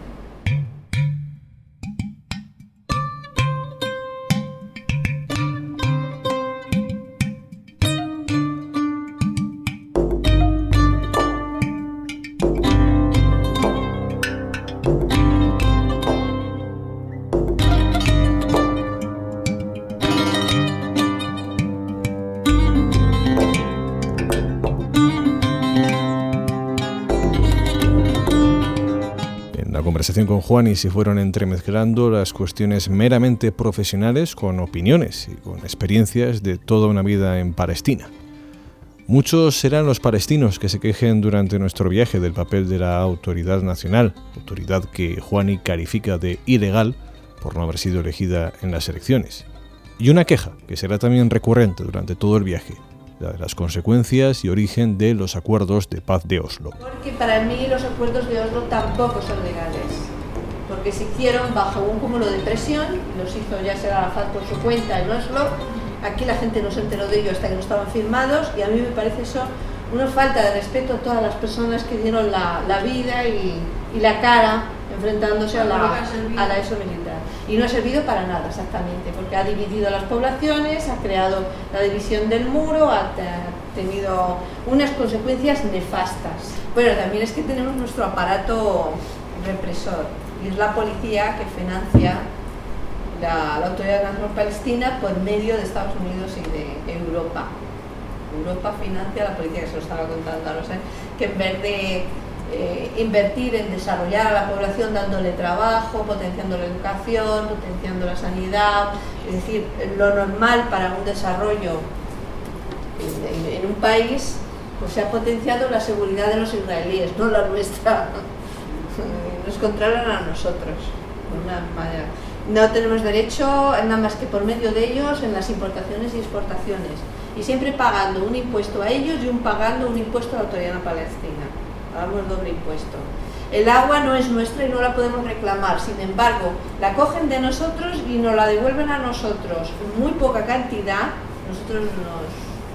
Conversación con Juani se fueron entremezclando las cuestiones meramente profesionales con opiniones y con experiencias de toda una vida en Palestina. Muchos serán los palestinos que se quejen durante nuestro viaje del papel de la autoridad nacional, autoridad que Juani califica de ilegal por no haber sido elegida en las elecciones. Y una queja que será también recurrente durante todo el viaje, la de las consecuencias y origen de los acuerdos de paz de Oslo.
Porque para mí los acuerdos de Oslo tampoco son legales, porque se hicieron bajo un cúmulo de presión, los hizo Yasser Arafat por su cuenta en Oslo, aquí la gente no se enteró de ello hasta que no estaban firmados, y a mí me parece eso una falta de respeto a todas las personas que dieron la, la vida y, y la cara enfrentándose a la, a la ESO militar. Y no ha servido para nada, exactamente, porque ha dividido las poblaciones, ha creado la división del muro, ha tenido unas consecuencias nefastas. Bueno, también es que tenemos nuestro aparato represor, y es la policía que financia la, la Autoridad Nacional Palestina por medio de Estados Unidos y de Europa. Europa financia la policía, que se lo estaba contando a Rosa, que en vez de Eh, invertir en desarrollar a la población dándole trabajo, potenciando la educación, potenciando la sanidad, es decir, lo normal para un desarrollo en, en, en un país, pues se ha potenciado la seguridad de los israelíes, no la nuestra. Nos controlan a nosotros de una manera. No tenemos derecho nada más que por medio de ellos en las importaciones y exportaciones, y siempre pagando un impuesto a ellos y un pagando un impuesto a la Autoridad Palestina. Pagamos doble impuesto. El agua no es nuestra y no la podemos reclamar, sin embargo, la cogen de nosotros y nos la devuelven a nosotros en muy poca cantidad. Nosotros nos,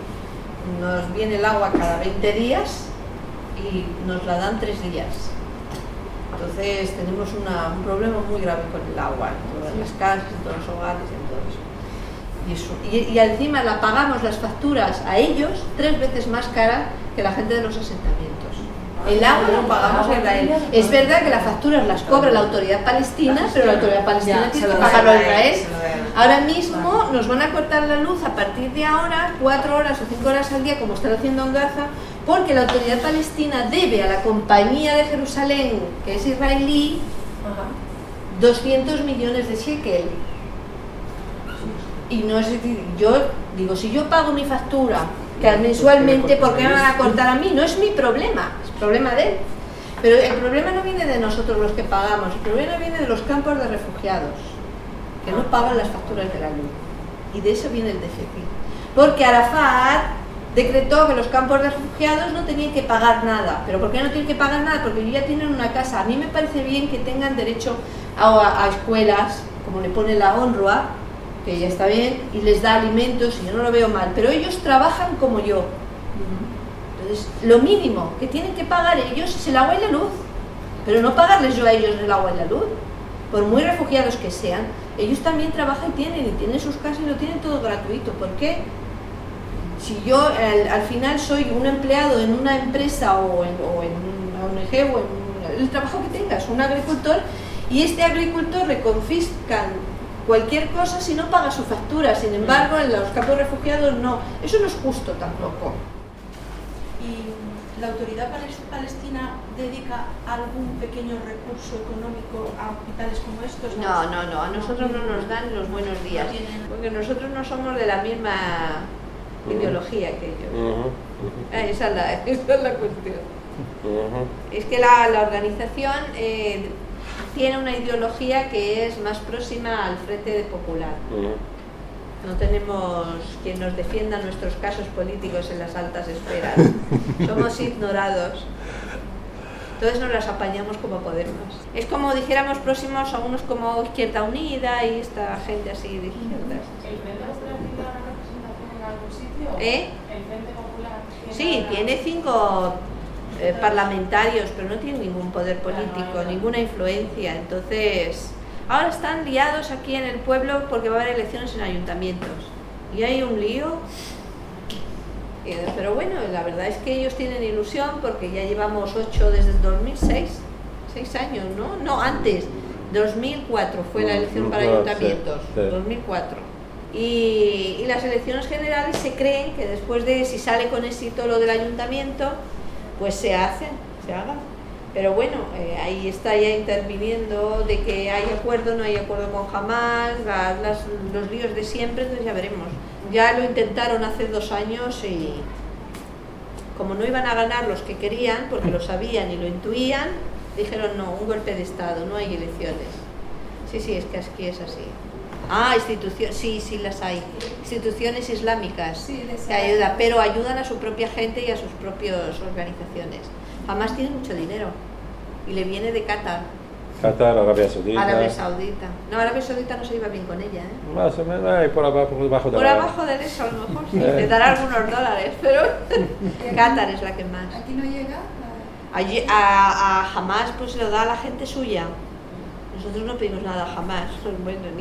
nos viene el agua cada veinte días y nos la dan tres días. Entonces tenemos una, un problema muy grave con el agua en todas las casas, en todos los hogares, en todo eso. Y, eso, y, y encima la pagamos las facturas a ellos tres veces más cara que la gente de los asentamientos. El agua lo pagamos a Israel. Es verdad que las facturas las cobra la Autoridad Palestina, pero la Autoridad Palestina tiene que pagarlo a Israel. Ahora mismo nos van a cortar la luz a partir de ahora, cuatro horas o cinco horas al día, como están haciendo en Gaza, porque la Autoridad Palestina debe a la Compañía de Jerusalén, que es israelí, doscientos millones de shekel. Y no es decir, yo digo, si yo pago mi factura que mensualmente, ¿por qué me van a cortar a mí? No es mi problema, es problema de él. Pero el problema no viene de nosotros los que pagamos, el problema viene de los campos de refugiados, que no pagan las facturas de la luz. Y de eso viene el déficit. Porque Arafat decretó que los campos de refugiados no tenían que pagar nada. ¿Pero por qué no tienen que pagar nada? Porque ellos ya tienen una casa. A mí me parece bien que tengan derecho a, a escuelas, como le pone la UNRWA, que ya está bien, y les da alimentos, y yo no lo veo mal, pero ellos trabajan como yo. Entonces, lo mínimo que tienen que pagar ellos es el agua y la luz, pero no pagarles yo a ellos el agua y la luz, por muy refugiados que sean. Ellos también trabajan y tienen, y tienen sus casas y lo tienen todo gratuito. ¿Por qué? Si yo al, al final soy un empleado en una empresa o en, o en una O N G o en el trabajo que tengas, un agricultor, y este agricultor le confiscan cualquier cosa si no paga su factura. Sin embargo, en los campos refugiados no. Eso no es justo tampoco.
¿Y la Autoridad Palestina dedica algún pequeño recurso económico a hospitales como estos?
No, no, no. A nosotros no nos dan los buenos días, porque nosotros no somos de la misma ideología que ellos. Uh-huh. Uh-huh. Esa, es la, esa es la cuestión. Uh-huh. Es que la, la organización eh, tiene una ideología que es más próxima al Frente Popular. Uh-huh. no tenemos quien nos defienda nuestros casos políticos en las altas esferas, somos ignorados. Entonces nos las apañamos como podemos. Es como dijéramos próximos a unos como Izquierda Unida y esta gente así de izquierdas.
¿El Frente Popular tiene una representación en algún sitio?
¿Eh?
¿El Frente Popular tiene
Sí,
una...
tiene cinco eh, parlamentarios, pero no tiene ningún poder político, ninguna influencia. Entonces, ahora están liados aquí en el pueblo porque va a haber elecciones en ayuntamientos. Y hay un lío. Pero bueno, la verdad es que ellos tienen ilusión porque ya llevamos ocho desde el dos mil seis, seis años, ¿no? No, antes, dos mil cuatro fue la elección para ayuntamientos, dos mil cuatro. Y, y las elecciones generales se creen que después de, si sale con éxito lo del ayuntamiento, pues se hacen, se hagan. Pero bueno, eh, ahí está ya interviniendo de que hay acuerdo, no hay acuerdo con Hamás, las, las, los líos de siempre, entonces ya veremos. Ya lo intentaron hace dos años y como no iban a ganar los que querían, porque lo sabían y lo intuían, dijeron no, un golpe de Estado, no hay elecciones. Sí, sí, es que aquí es así. Ah, instituciones, sí, sí las hay. Instituciones islámicas
Sí,
que ayudan, pero ayudan a su propia gente y a sus propias organizaciones. Hamás tiene mucho dinero y le viene de Qatar.
Qatar, Arabia Saudita.
Arabia Saudita. No, Arabia Saudita no se iba bien con ella, ¿eh?
Más o menos, ahí por abajo, por debajo de
Por
la...
abajo de eso, a lo mejor sí. Le dará algunos dólares, pero Qatar es la que más.
Aquí no llega.
Allí, a, a Hamás pues lo da a la gente suya. Nosotros no pedimos nada jamás, bueno, ni...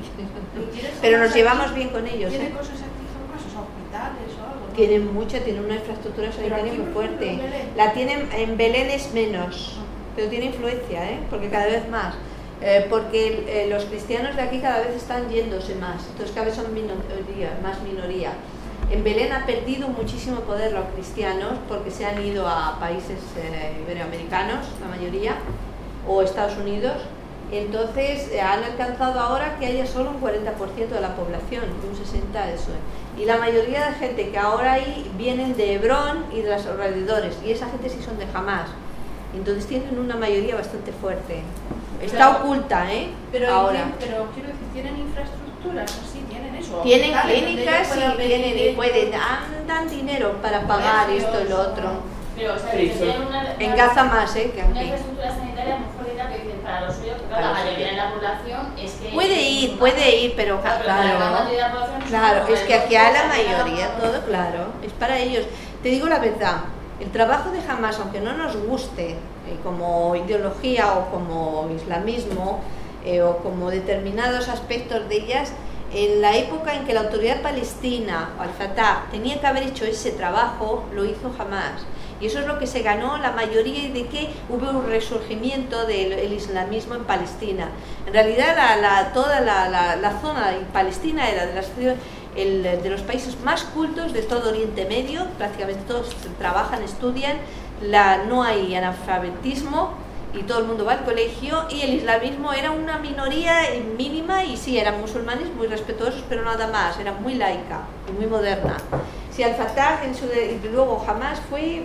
pero nos llevamos bien con ellos.
¿Tiene
¿eh?
cosas aquí, son cosas hospitales o algo? ¿no?
Tienen mucha, tienen una infraestructura sanitaria muy fuerte. La tienen en Belén es menos, pero tiene influencia, ¿eh? Porque cada vez más. Eh, porque eh, los cristianos de aquí cada vez están yéndose más, entonces cada vez son minoría, más minoría. En Belén ha perdido muchísimo poder los cristianos porque se han ido a países eh, iberoamericanos, la mayoría, o Estados Unidos. Entonces eh, han alcanzado ahora que haya solo un cuarenta por ciento de la población, un sesenta por ciento eso. Y la mayoría de gente que ahora hay vienen de Hebrón y de los alrededores, y esa gente sí son de Hamás. Entonces tienen una mayoría bastante fuerte. Está
pero,
oculta, ¿eh?
Pero,
ahora.
pero quiero decir, ¿tienen infraestructuras? Sí, tienen eso.
Tienen
hospitales
clínicas
donde ellos
y tienen y pueden,
ir.
dan dinero para pagar esto y lo otro.
Pero, o sea, que tienen una,
en Gaza más, ¿eh? Que
una
aquí.
infraestructura sanitaria muy fuerte que dicen para los suyos, porque la mayoría de la población es que...
Puede ir, puede ir, pero
claro,
claro,
pero la mayoría de la población
claro, es que aquí a la mayoría,
todo.
todo claro, es para ellos. Te digo la verdad, el trabajo de Hamás, aunque no nos guste eh, como ideología o como islamismo eh, o como determinados aspectos de ellas, en la época en que la autoridad palestina, Al-Fatah, tenía que haber hecho ese trabajo, lo hizo Hamás. Y eso es lo que se ganó la mayoría de que hubo un resurgimiento del el islamismo en Palestina. En realidad la, la, toda la, la, la zona de Palestina era de, las, el, de los países más cultos de todo Oriente Medio, prácticamente todos trabajan, estudian, la, no hay analfabetismo y todo el mundo va al colegio, y el islamismo era una minoría mínima y sí, eran musulmanes muy respetuosos, pero nada más, era muy laica y muy moderna. Si Al-Fatah en su de, y luego Hamás fue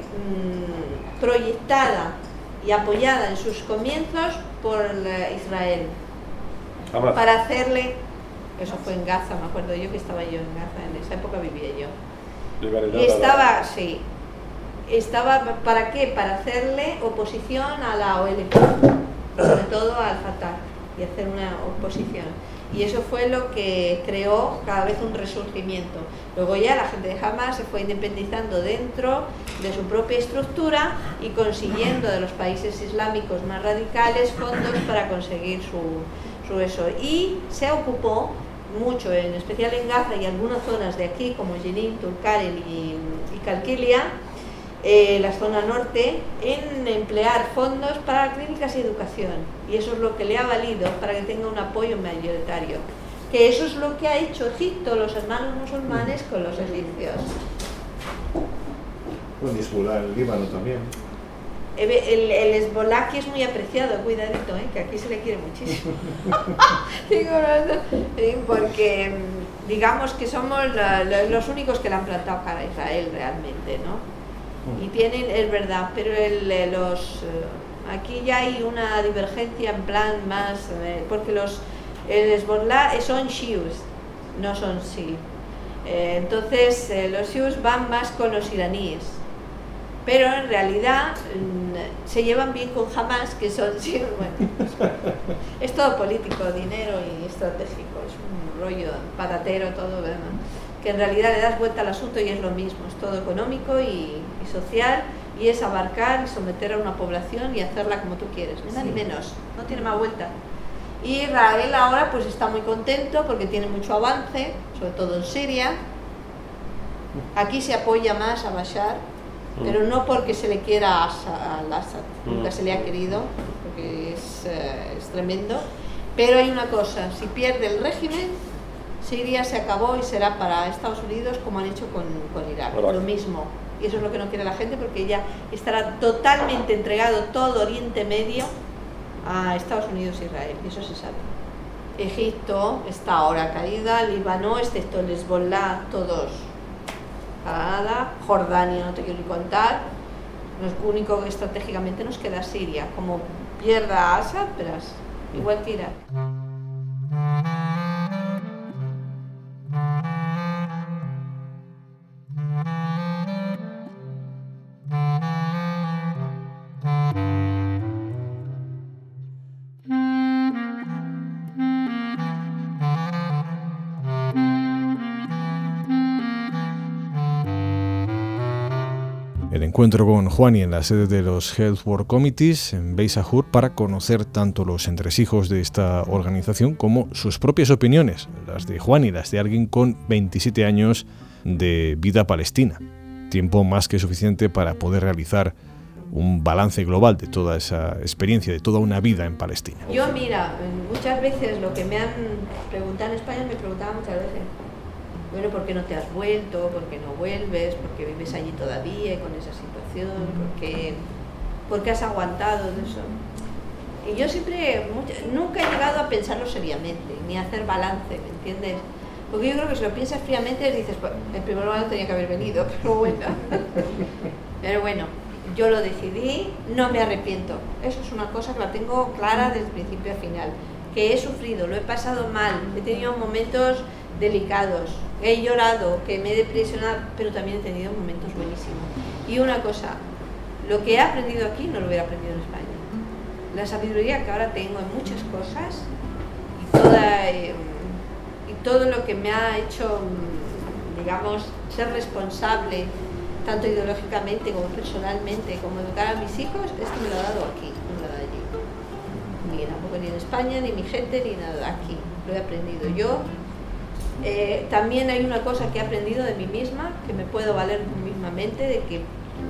mmm, proyectada y apoyada en sus comienzos por uh, Israel
Hamás.
Para hacerle, eso fue en Gaza, me acuerdo yo que estaba yo en Gaza, en esa época vivía yo. Y estaba, sí, estaba, ¿para qué? Para hacerle oposición a la O L P, sobre todo a Al-Fatah, y hacer una oposición. Y eso fue lo que creó cada vez un resurgimiento. Luego ya la gente de Hamás se fue independizando dentro de su propia estructura y consiguiendo de los países islámicos más radicales fondos para conseguir su, su eso. Y se ocupó mucho, en especial en Gaza y algunas zonas de aquí, como Jenin, Tulkarem y, y Calquilia, eh, la zona norte, en emplear fondos para clínicas y educación. Y eso es lo que le ha valido para que tenga un apoyo mayoritario. Que eso es lo que ha hecho Egipto, los hermanos musulmanes, con los egipcios.
Bueno, y Hezbollah en el Líbano también.
El, el, el Hezbollah aquí es muy apreciado, cuidadito, ¿eh? Que aquí se le quiere muchísimo. Digo, no, porque digamos que somos la, la, los únicos que le han plantado cara a Israel realmente, ¿no? Y tienen, es verdad, pero el, los, aquí ya hay una divergencia en plan más, porque los el Hezbollah son shius, no son sí. Eh, entonces eh, los siús van más con los iraníes, pero en realidad mmm, se llevan bien con Hamas, que son siús. Bueno, es todo político, dinero y estratégico, es un rollo patatero todo, ¿verdad? Que en realidad le das vuelta al asunto y es lo mismo, es todo económico y, y social, y es abarcar y someter a una población y hacerla como tú quieres, ni más ni menos, no tiene más vuelta. Y Israel ahora pues está muy contento porque tiene mucho avance, sobre todo en Siria. Aquí se apoya más a Bashar, pero no porque se le quiera al Assad, nunca se le ha querido, porque es, eh, es tremendo. Pero hay una cosa, si pierde el régimen, Siria se acabó y será para Estados Unidos como han hecho con, con Irak, Hola. Lo mismo. Y eso es lo que no quiere la gente, porque ya estará totalmente entregado todo Oriente Medio a Estados Unidos e Israel, y eso se sabe. Egipto está ahora caída, Líbano, excepto el Hezbollah, todos para nada, Jordania no te quiero ni contar, lo único que estratégicamente nos queda Siria, como pierda a Assad, verás, igual que Irak.
El encuentro con Juani en la sede de los Health Work Committees en Beit Sahur para conocer tanto los entresijos de esta organización como sus propias opiniones, las de Juani, las de alguien con veintisiete años de vida palestina. Tiempo más que suficiente para poder realizar un balance global de toda esa experiencia, de toda una vida en Palestina.
Yo, mira, muchas veces lo que me han preguntado en España, me preguntaban muchas veces, bueno, ¿por qué no te has vuelto? ¿Por qué no vuelves? ¿Por qué vives allí todavía con esa situación? ¿Por qué, por qué has aguantado eso? Y yo siempre, nunca he llegado a pensarlo seriamente, ni a hacer balance, ¿me entiendes? Porque yo creo que si lo piensas fríamente dices, pues, en primer lugar no tenía que haber venido, pero bueno. Pero bueno, yo lo decidí, no me arrepiento. Eso es una cosa que la tengo clara desde el principio a final. Que he sufrido, lo he pasado mal, he tenido momentos delicados, he llorado, que me he depresionado, pero también he tenido momentos buenísimos. Y una cosa, lo que he aprendido aquí no lo hubiera aprendido en España. La sabiduría que ahora tengo en muchas cosas y, toda, eh, y todo lo que me ha hecho, digamos, ser responsable, tanto ideológicamente como personalmente, como educar a mis hijos, esto me lo ha dado aquí, no me lo ha dado allí. Ni tampoco ni en España, ni mi gente, ni nada, aquí. Lo he aprendido yo. Eh, también hay una cosa que he aprendido de mí misma, que me puedo valer mismamente, de que eh,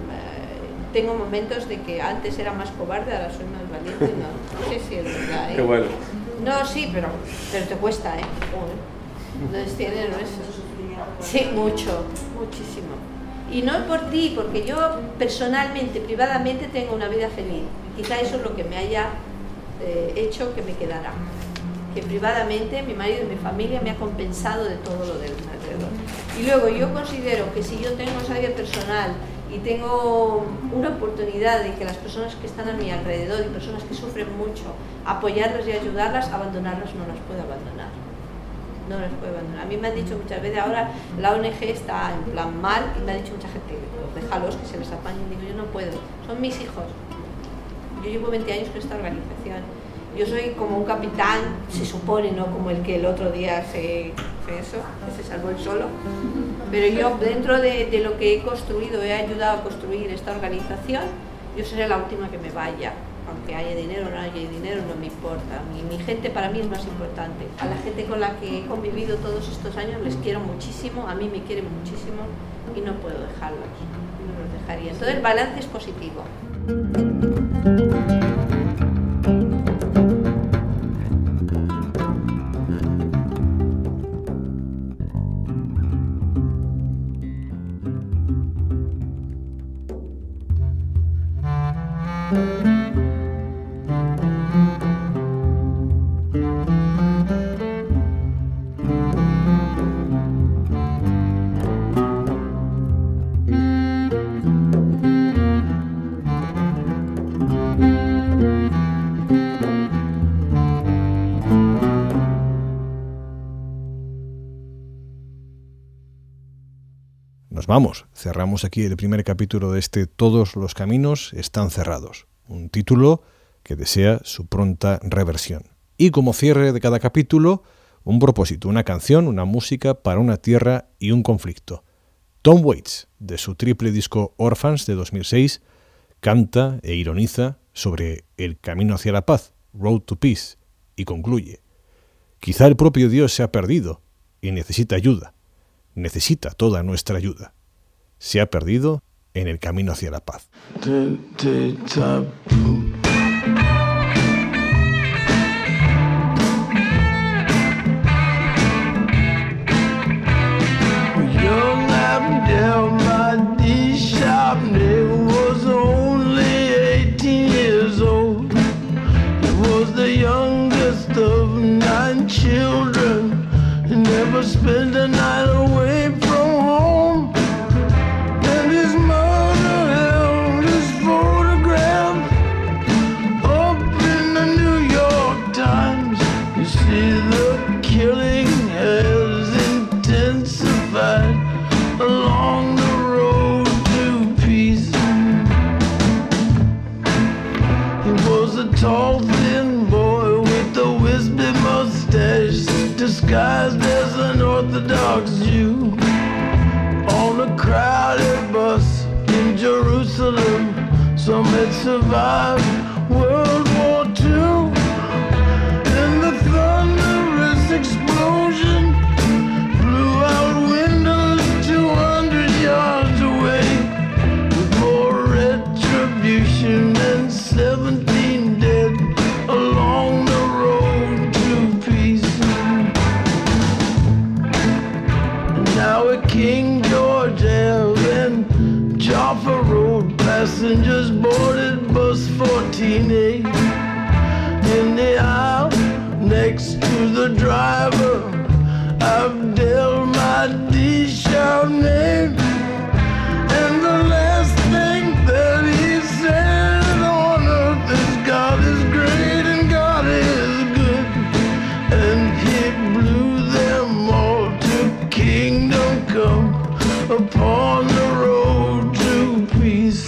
tengo momentos de que antes era más cobarde, ahora soy más valiente. No, no sé si es verdad, ¿eh?
Qué bueno.
No, sí, pero, pero te cuesta, ¿eh? Entonces tiene eso. Sí, mucho, muchísimo. Y no por ti, porque yo personalmente, privadamente tengo una vida feliz. Quizá eso es lo que me haya eh, hecho que me quedara. Que privadamente mi marido y mi familia me ha compensado de todo lo del alrededor. Y luego yo considero que si yo tengo esa vida personal y tengo una oportunidad de que las personas que están a mi alrededor y personas que sufren mucho, apoyarlas y ayudarlas, abandonarlas no las puedo abandonar. No las puedo abandonar. A mí me han dicho muchas veces, ahora la O N G está en plan mal, y me ha dicho mucha gente, déjalos que se les apañen. Digo, yo no puedo, son mis hijos. Yo llevo veinte años con esta organización. Yo soy como un capitán, se supone, no como el que el otro día se, se, eso, se salvó él solo. Pero yo, dentro de, de lo que he construido, he ayudado a construir esta organización, yo seré la última que me vaya. Aunque haya dinero o no haya dinero, no me importa. Mi, mi gente para mí es más importante. A la gente con la que he convivido todos estos años les quiero muchísimo, a mí me quieren muchísimo y no puedo dejarlos, no los dejaría. Entonces el balance es positivo.
Thank you.
vamos, cerramos aquí el primer capítulo de este Todos los caminos están cerrados, un título que desea su pronta reversión. Y como cierre de cada capítulo, un propósito, una canción, una música para una tierra y un conflicto. Tom Waits, de su triple disco Orphans de dos mil seis, canta e ironiza sobre el camino hacia la paz, Road to Peace, y concluye: quizá el propio Dios se ha perdido y necesita ayuda, necesita toda nuestra ayuda. Se ha perdido en el camino hacia la paz.
Children never spend a night away from home, and his mother held his photograph up in the New York Times. You see, the killing has intensified along the road to peace. He was a tall, thin boy with a wispy mustache, disguised as an Orthodox Jew, on a crowded bus in Jerusalem. Some had survived World War Two, and the thunderous explosion blew out windows two hundred yards away, with more retribution than seventeen dead along the road to peace. Now at King George Ave and Jaffa Road, passengers boarded bus fourteen A. In the aisle next to the driver, Abdel Mahdi Chardonnay, and the last thing that he said on earth is God is great and God is good, and he blew them all to kingdom come upon the road to peace.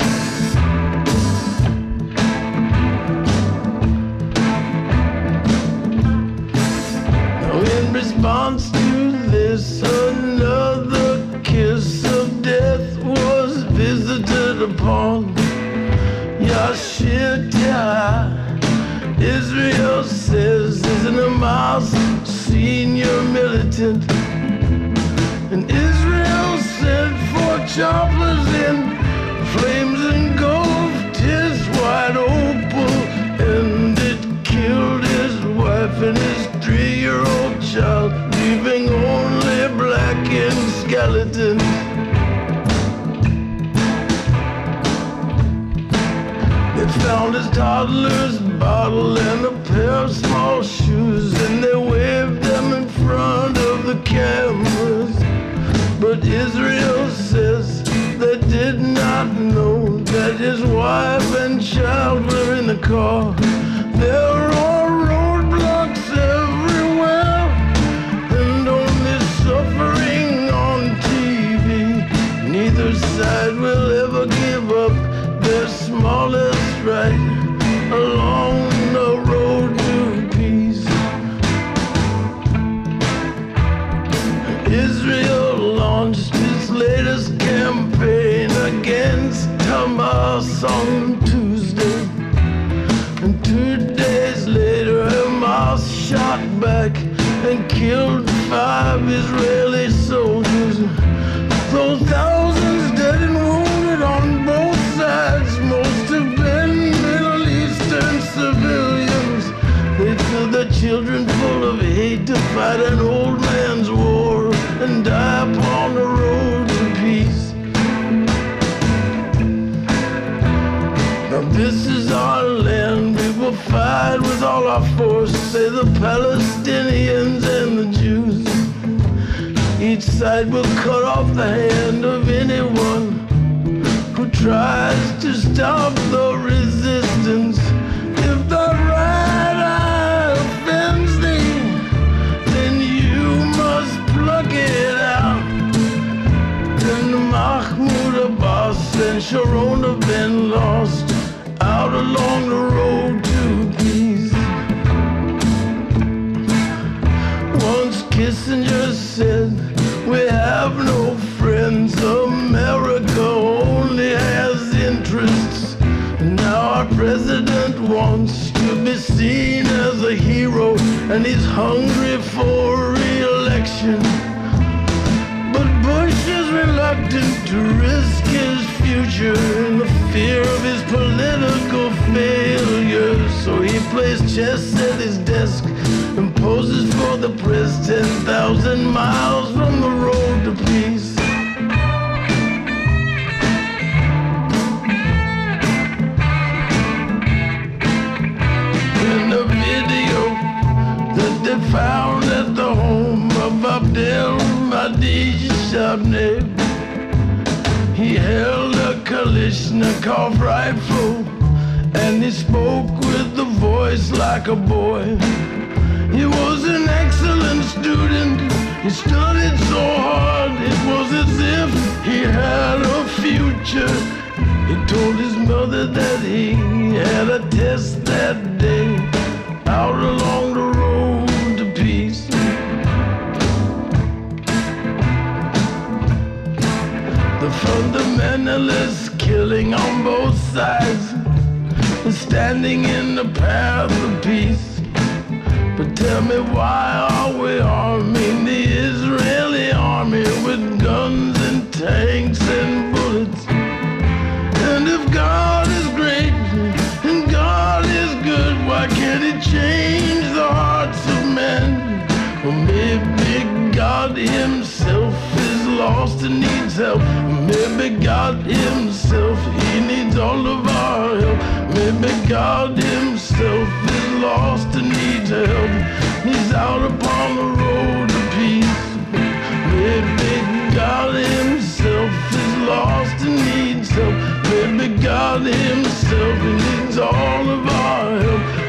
Now in response to this, another kiss of death was visited upon Yashir Tehar. Israel says is an Hamas senior militant, and Israel sent four choppers in flames engulfed his white opal, and it killed his wife and his three-year-old child, leaving only blackened skeletons. They found his toddler's bottle and a pair of small shoes, and they waved them in front of the cameras. But Israel says they did not know that his wife and child were in the car. There are roadblocks everywhere and only suffering on T V. Neither side will ever give up their smallest right along the road to peace. Israel launched its latest campaign against Hamas on Tuesday, and two days later Hamas shot back and killed five Israeli soldiers. Though thousands dead and wounded on both sides, most have been Middle Eastern civilians. They filled their children full of hate to fight an old man's war and die upon the road to peace. Now this is our land, we will fight with all our force, say the Palestinians and the Jews. Each side will cut off the hand of anyone who tries to stop the resistance. If the right eye offends thee, then you must pluck it out. And my seen as a hero, and he's hungry for re-election. But Bush is reluctant to risk his future in the fear of his political failure. So he plays chess at his desk and poses for the press ten thousand miles from the road to peace. In the video that they found at the home of Abdel Mahdi Shabneh, he held a Kalashnikov rifle and he spoke with a voice like a boy. He was an excellent student, he studied so hard, it was as if he had a future. He told his mother that he had a test that day out along the road to peace. The fundamentalists killing on both sides, standing in the path of peace. But tell me, why are we arming the Israeli army with guns and tanks and bullets? And if God is great and God is good, why can't he change the hearts of men? Or maybe God himself is lost and needs help. Maybe God himself, he needs all of our help. Maybe God himself is lost and needs help. He's out upon the road to peace. Maybe God himself is lost and needs help. Maybe God himself, he needs all of our help.